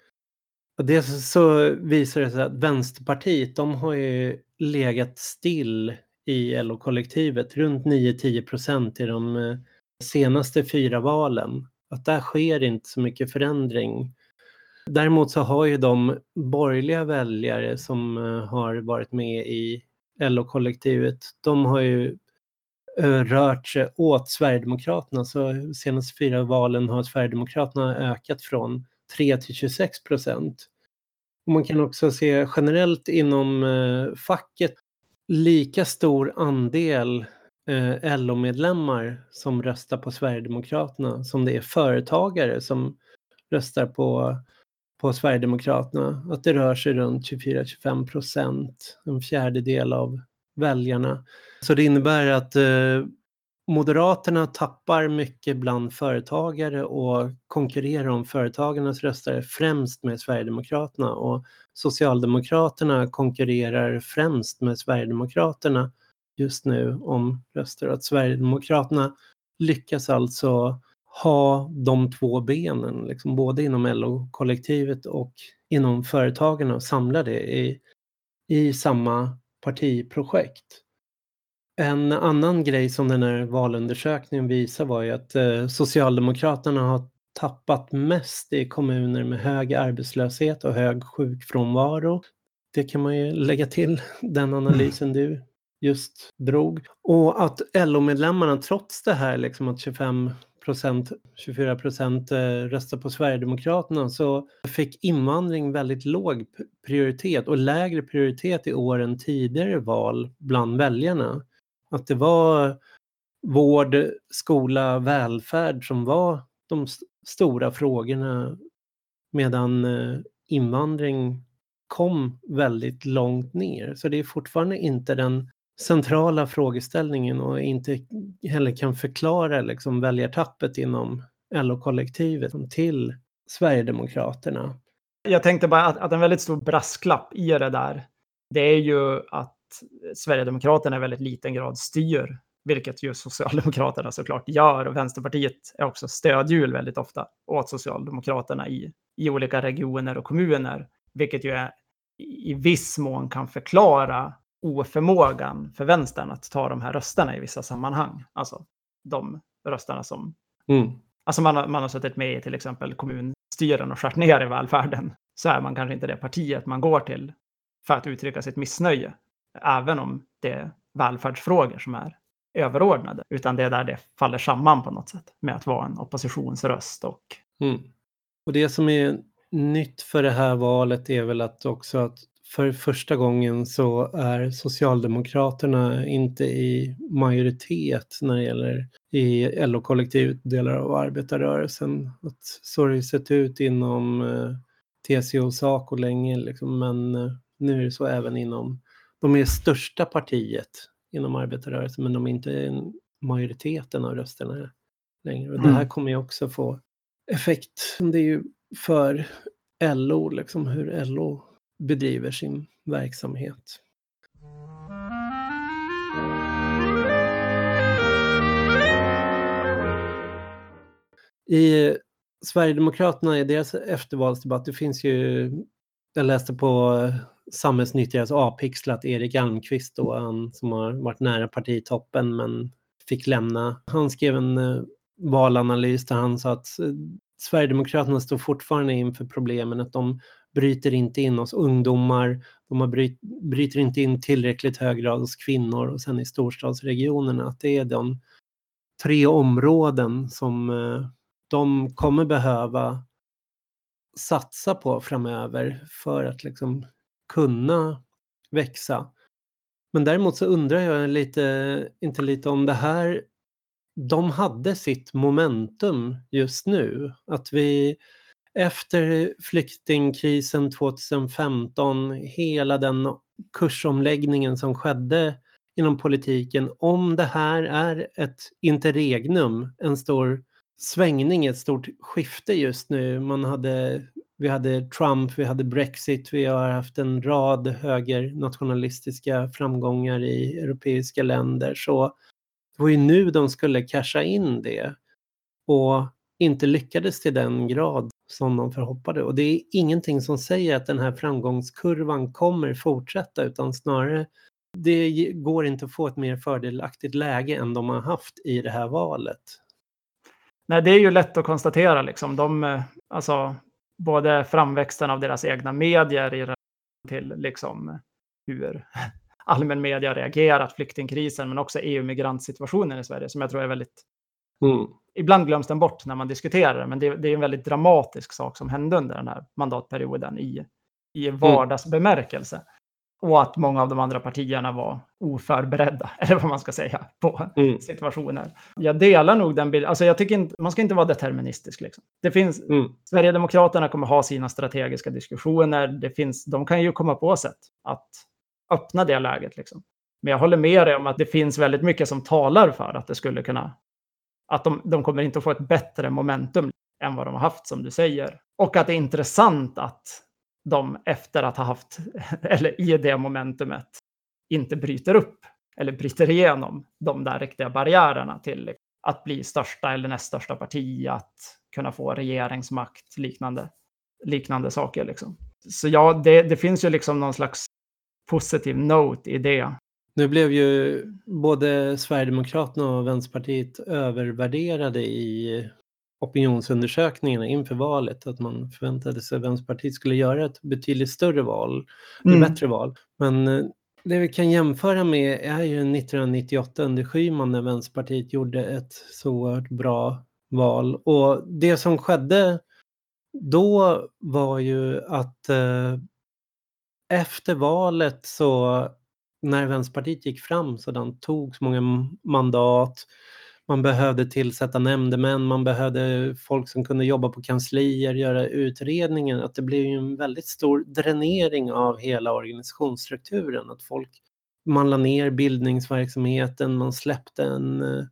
Och det så visar det sig att Vänsterpartiet, de har ju legat still i L O-kollektivet runt nio till tio procent i de eh, senaste fyra valen. Att där sker inte så mycket förändring. Däremot så har ju de borgerliga väljare som eh, har varit med i L O-kollektivet, de har ju eh, rört sig åt Sverigedemokraterna. Så senaste fyra valen har Sverigedemokraterna ökat från tre till tjugosex procent. Och man kan också se generellt inom eh, facket lika stor andel eh, L O-medlemmar som röstar på Sverigedemokraterna som det är företagare som röstar på, på Sverigedemokraterna. Att det rör sig runt tjugofyra till tjugofem procent, en fjärdedel av väljarna. Så det innebär att eh, Moderaterna tappar mycket bland företagare och konkurrerar om företagarnas röstare främst med Sverigedemokraterna, och Socialdemokraterna konkurrerar främst med Sverigedemokraterna just nu om röster. Att Sverigedemokraterna lyckas alltså ha de två benen, liksom både inom L O-kollektivet och inom företagarna, och samla det i, i samma partiprojekt. En annan grej som den här valundersökningen visar var ju att eh, Socialdemokraterna har tappat mest i kommuner med hög arbetslöshet och hög sjukfrånvaro. Det kan man ju lägga till, den analysen du just drog. Och att L O-medlemmarna trots det här, liksom att tjugofem procent, tjugofyra procent röstar på Sverigedemokraterna, så fick invandring väldigt låg prioritet och lägre prioritet i år än tidigare val bland väljarna. Att det var vård, skola, välfärd som var de st- stora frågorna, medan eh, invandring kom väldigt långt ner. Så det är fortfarande inte den centrala frågeställningen och inte heller kan förklara liksom väljartappet inom L O-kollektivet till Sverigedemokraterna. Jag tänkte bara att, att en väldigt stor brasklapp i det där, det är ju att Sverigedemokraterna i väldigt liten grad styr, vilket ju Socialdemokraterna såklart gör, och Vänsterpartiet är också stödhjul väldigt ofta åt Socialdemokraterna i, i olika regioner och kommuner, vilket ju är, i viss mån kan förklara oförmågan för vänstern att ta de här rösterna i vissa sammanhang. Alltså de rösterna som... Mm. Alltså man, man har suttit med i till exempel kommunstyren och skärt ner i välfärden. Så är man kanske inte det partiet man går till för att uttrycka sitt missnöje. Även om det är välfärdsfrågor som är överordnade. Utan det är där det faller samman på något sätt med att vara en oppositionsröst. Och... Mm. Och det som är nytt för det här valet är väl att också att för första gången så är Socialdemokraterna inte i majoritet när det gäller i L O-kollektivet, delar av arbetarrörelsen. Att så har det sett ut inom eh, T C O och SACO länge, liksom, men eh, nu är det så även inom, de är största partiet inom arbetarrörelsen, men de är inte majoriteten av rösterna längre. Och mm. det här kommer ju också få effekt. Det är ju för L O, liksom hur L O bedriver sin verksamhet. I Sverigedemokraterna, i deras eftervalsdebatt, det finns ju jag läste på Samhällsnyttigas A-pixlat Erik Almqvist då, han som har varit nära partitoppen men fick lämna. Han skrev en uh, valanalys där han sa att uh, Sverigedemokraterna står fortfarande inför problemen att de bryter inte in hos ungdomar, de har bryt, bryter inte in tillräckligt hög grad hos kvinnor och sen i storstadsregionerna. Att det är de tre områden som uh, de kommer behöva satsa på framöver för att liksom kunna växa. Men däremot så undrar jag lite, inte lite om det här, de hade sitt momentum just nu. Att vi efter flyktingkrisen tjugohundrafemton, hela den kursomläggningen som skedde inom politiken, om det här är ett interregnum, en stor svängning, ett stort skifte just nu. Man hade, vi hade Trump, vi hade Brexit, vi har haft en rad högernationalistiska framgångar i europeiska länder. Så det var ju nu de skulle casha in det och inte lyckades till den grad som de förhoppade. Och det är ingenting som säger att den här framgångskurvan kommer fortsätta, utan snarare det går inte att få ett mer fördelaktigt läge än de har haft i det här valet. Nej, det är ju lätt att konstatera liksom. De, alltså, både framväxten av deras egna medier i relation till liksom hur allmän media reagerat, flyktingkrisen, men också E U-migrantsituationen i Sverige som jag tror är väldigt... Mm. Ibland glöms den bort när man diskuterar det, men det, det är en väldigt dramatisk sak som hände under den här mandatperioden i, i vardagsbemärkelse. Mm. Och att många av de andra partierna var oförberedda, eller vad man ska säga, på mm. situationer. Jag delar nog den bilden. Alltså jag tycker inte, man ska inte vara deterministisk. Liksom. Det finns, mm. Sverigedemokraterna kommer ha sina strategiska diskussioner. Det finns, de kan ju komma på sätt att öppna det läget. Liksom. Men jag håller med dig om att det finns väldigt mycket som talar för att det skulle kunna, att de, de kommer inte att få ett bättre momentum än vad de har haft, som du säger. Och att det är intressant att de efter att ha haft, eller i det momentumet, inte bryter upp eller bryter igenom de där riktiga barriärerna till att bli största eller näst största parti, att kunna få regeringsmakt, liknande, liknande saker. Liksom. Så ja, det, det finns ju liksom någon slags positiv note i det. Nu blev ju både Sverigedemokraterna och Vänsterpartiet övervärderade i opinionsundersökningarna inför valet, att man förväntade sig att Vänsterpartiet skulle göra ett betydligt större val, mm. eller bättre val. Men det vi kan jämföra med är ju nittonhundranittioåtta under Schyman när Vänsterpartiet gjorde ett så bra val. Och det som skedde då var ju att eh, efter valet så när Vänsterpartiet gick fram så den tog så många mandat. Man behövde tillsätta nämndemän, man behövde folk som kunde jobba på kanslier, göra utredningen. Att det blev ju en väldigt stor dränering av hela organisationsstrukturen. Att folk, man la ner bildningsverksamheten, man släppte en uh,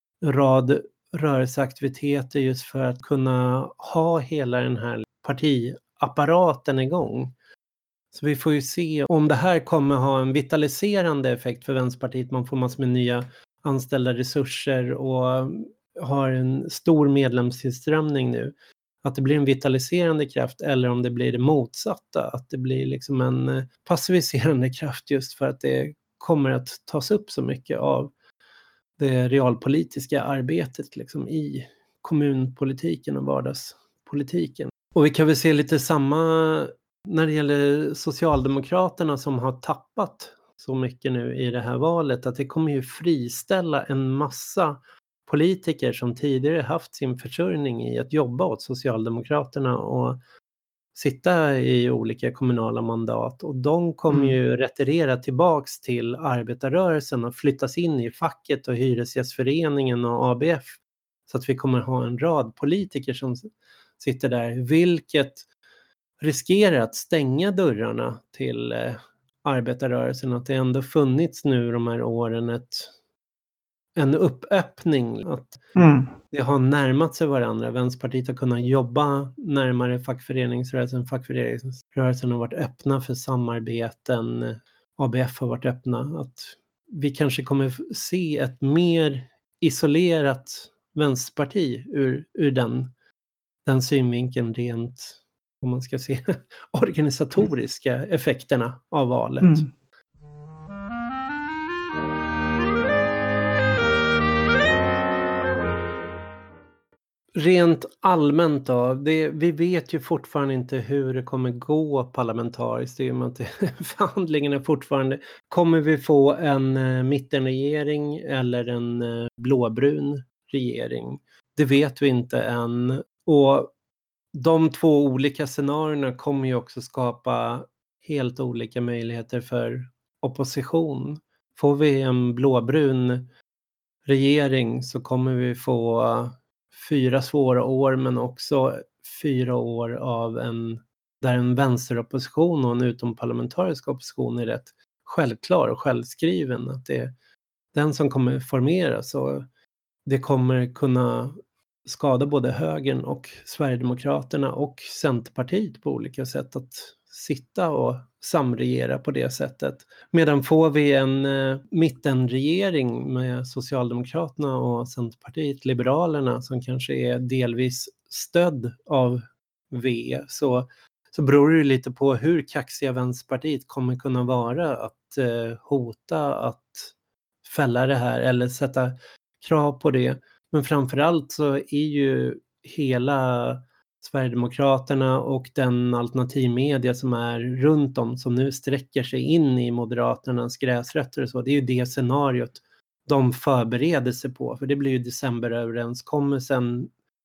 rad rörelseaktiviteter just för att kunna ha hela den här partiapparaten igång. Så vi får ju se om det här kommer ha en vitaliserande effekt för Vänsterpartiet. Man får massor med nya anställda resurser och har en stor medlemstillströmning nu. Att det blir en vitaliserande kraft eller om det blir det motsatta. Att det blir liksom en passiviserande kraft just för att det kommer att tas upp så mycket av det realpolitiska arbetet liksom i kommunpolitiken och vardagspolitiken. Och vi kan väl se lite samma när det gäller Socialdemokraterna som har tappat så mycket nu i det här valet, att det kommer ju friställa en massa politiker som tidigare haft sin försörjning i att jobba åt Socialdemokraterna och sitta i olika kommunala mandat, och de kommer mm. ju retirera tillbaks till arbetarrörelsen och flyttas in i facket och Hyresgästföreningen och A B F, så att vi kommer ha en rad politiker som sitter där, vilket riskerar att stänga dörrarna till eh, arbetarrörelsen. Att det ändå funnits nu de här åren ett, en uppöppning, att mm. det har närmat sig varandra. Vänsterpartiet har kunnat jobba närmare fackföreningsrörelsen. Fackföreningsrörelsen har varit öppna för samarbeten. A B F har varit öppna. Att vi kanske kommer se ett mer isolerat vänsterparti ur, ur den, den synvinkeln rent om man ska se organisatoriska effekterna av valet. Mm. Rent allmänt då, det, vi vet ju fortfarande inte hur det kommer gå parlamentariskt. Det är ju att förhandlingarna fortfarande, kommer vi få en uh, mittenregering eller en uh, blåbrun regering? Det vet vi inte än. Och de två olika scenarierna kommer ju också skapa helt olika möjligheter för opposition. Får vi en blåbrun regering så kommer vi få fyra svåra år, men också fyra år av en, där en vänsteropposition och en utomparlamentarisk opposition är rätt självklar och självskriven. Att det är den som kommer formeras, och det kommer kunna skada både högern och Sverigedemokraterna och Centerpartiet på olika sätt att sitta och samregera på det sättet. Medan får vi en eh, mittenregering med Socialdemokraterna och Centerpartiet, Liberalerna, som kanske är delvis stödd av V, så, så beror det lite på hur kaxiga Vänsterpartiet kommer kunna vara att eh, hota att fälla det här eller sätta krav på det. Men framförallt så är ju hela Sverigedemokraterna och den alternativmedia som är runt om, som nu sträcker sig in i Moderaternas gräsrötter och så, det är ju det scenariot de förbereder sig på. För det blir ju decemberöverenskommelsen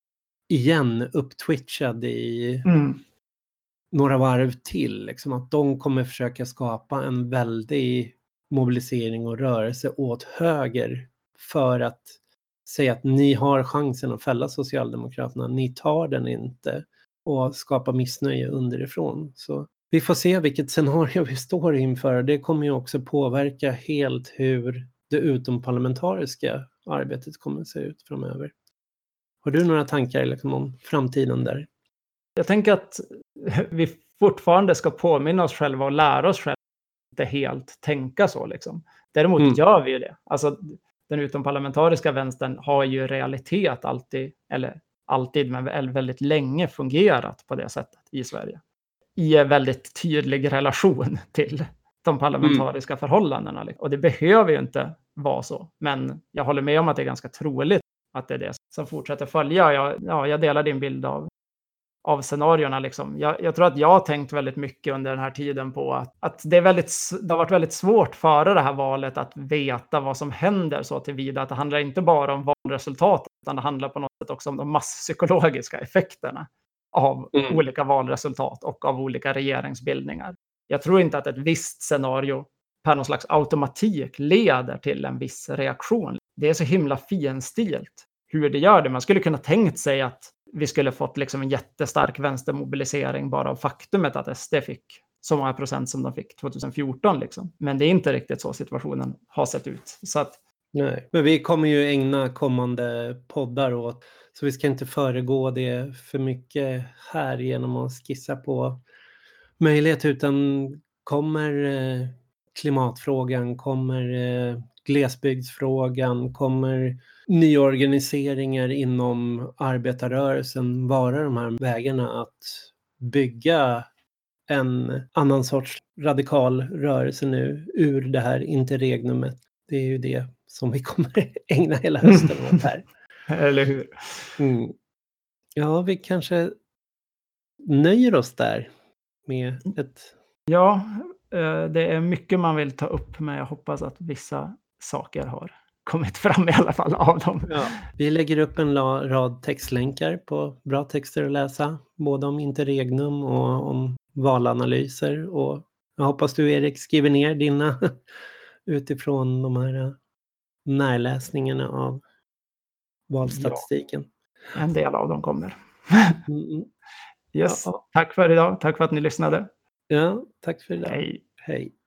igen upptwitchad i Mm. några varv till. Liksom att de kommer försöka skapa en väldig mobilisering och rörelse åt höger för att säga att ni har chansen att fälla Socialdemokraterna, ni tar den inte, och skapa missnöje underifrån. Så vi får se vilket scenario vi står inför. Det kommer ju också påverka helt hur det utomparlamentariska arbetet kommer att se ut framöver. Har du några tankar liksom om framtiden där? Jag tänker att vi fortfarande ska påminna oss själva och lära oss själva att inte helt tänka så. Liksom. Däremot mm. gör vi ju det. Alltså, den utomparlamentariska vänstern har ju i realitet alltid, eller alltid, men väldigt länge fungerat på det sättet i Sverige. I en väldigt tydlig relation till de parlamentariska mm. förhållandena. Och det behöver ju inte vara så. Men jag håller med om att det är ganska troligt att det är det som fortsätter följa. Jag, ja, jag delar din bild av, av scenarierna. Liksom. Jag, jag tror att jag har tänkt väldigt mycket under den här tiden på att, att det, är väldigt, det har varit väldigt svårt före det här valet att veta vad som händer, så tillvida att det handlar inte bara om valresultatet, utan det handlar på något sätt också om de masspsykologiska effekterna av mm. olika valresultat och av olika regeringsbildningar. Jag tror inte att ett visst scenario per någon slags automatik leder till en viss reaktion. Det är så himla finstilt hur det gör det. Man skulle kunna tänkt sig att vi skulle fått liksom en jättestark vänstermobilisering bara av faktumet att S D fick så många procent som de fick tjugohundrafjorton. Liksom. Men det är inte riktigt så situationen har sett ut. Så att... Nej, men vi kommer ju ägna kommande poddar åt, så vi ska inte föregå det för mycket här genom att skissa på möjlighet, utan kommer eh, klimatfrågan, kommer eh, glesbygdsfrågan, kommer nyorganiseringar inom arbetarrörelsen vara de här vägarna att bygga en annan sorts radikal rörelse nu ur det här interregnumet. Det är ju det som vi kommer ägna hela hösten åt här. Eller hur? Mm. Ja, vi kanske nöjer oss där med ett... Ja, det är mycket man vill ta upp, men jag hoppas att vissa saker har kommit fram i alla fall av dem. Ja, vi lägger upp en rad textlänkar på bra texter att läsa, både om interregnum och om valanalyser. Och jag hoppas du, Erik, skriver ner dina utifrån de här närläsningarna av valstatistiken. Ja, en del av dem kommer. Mm. Yes. Ja. Tack för idag. Tack för att ni lyssnade. Ja, tack för idag. Hej. Hej.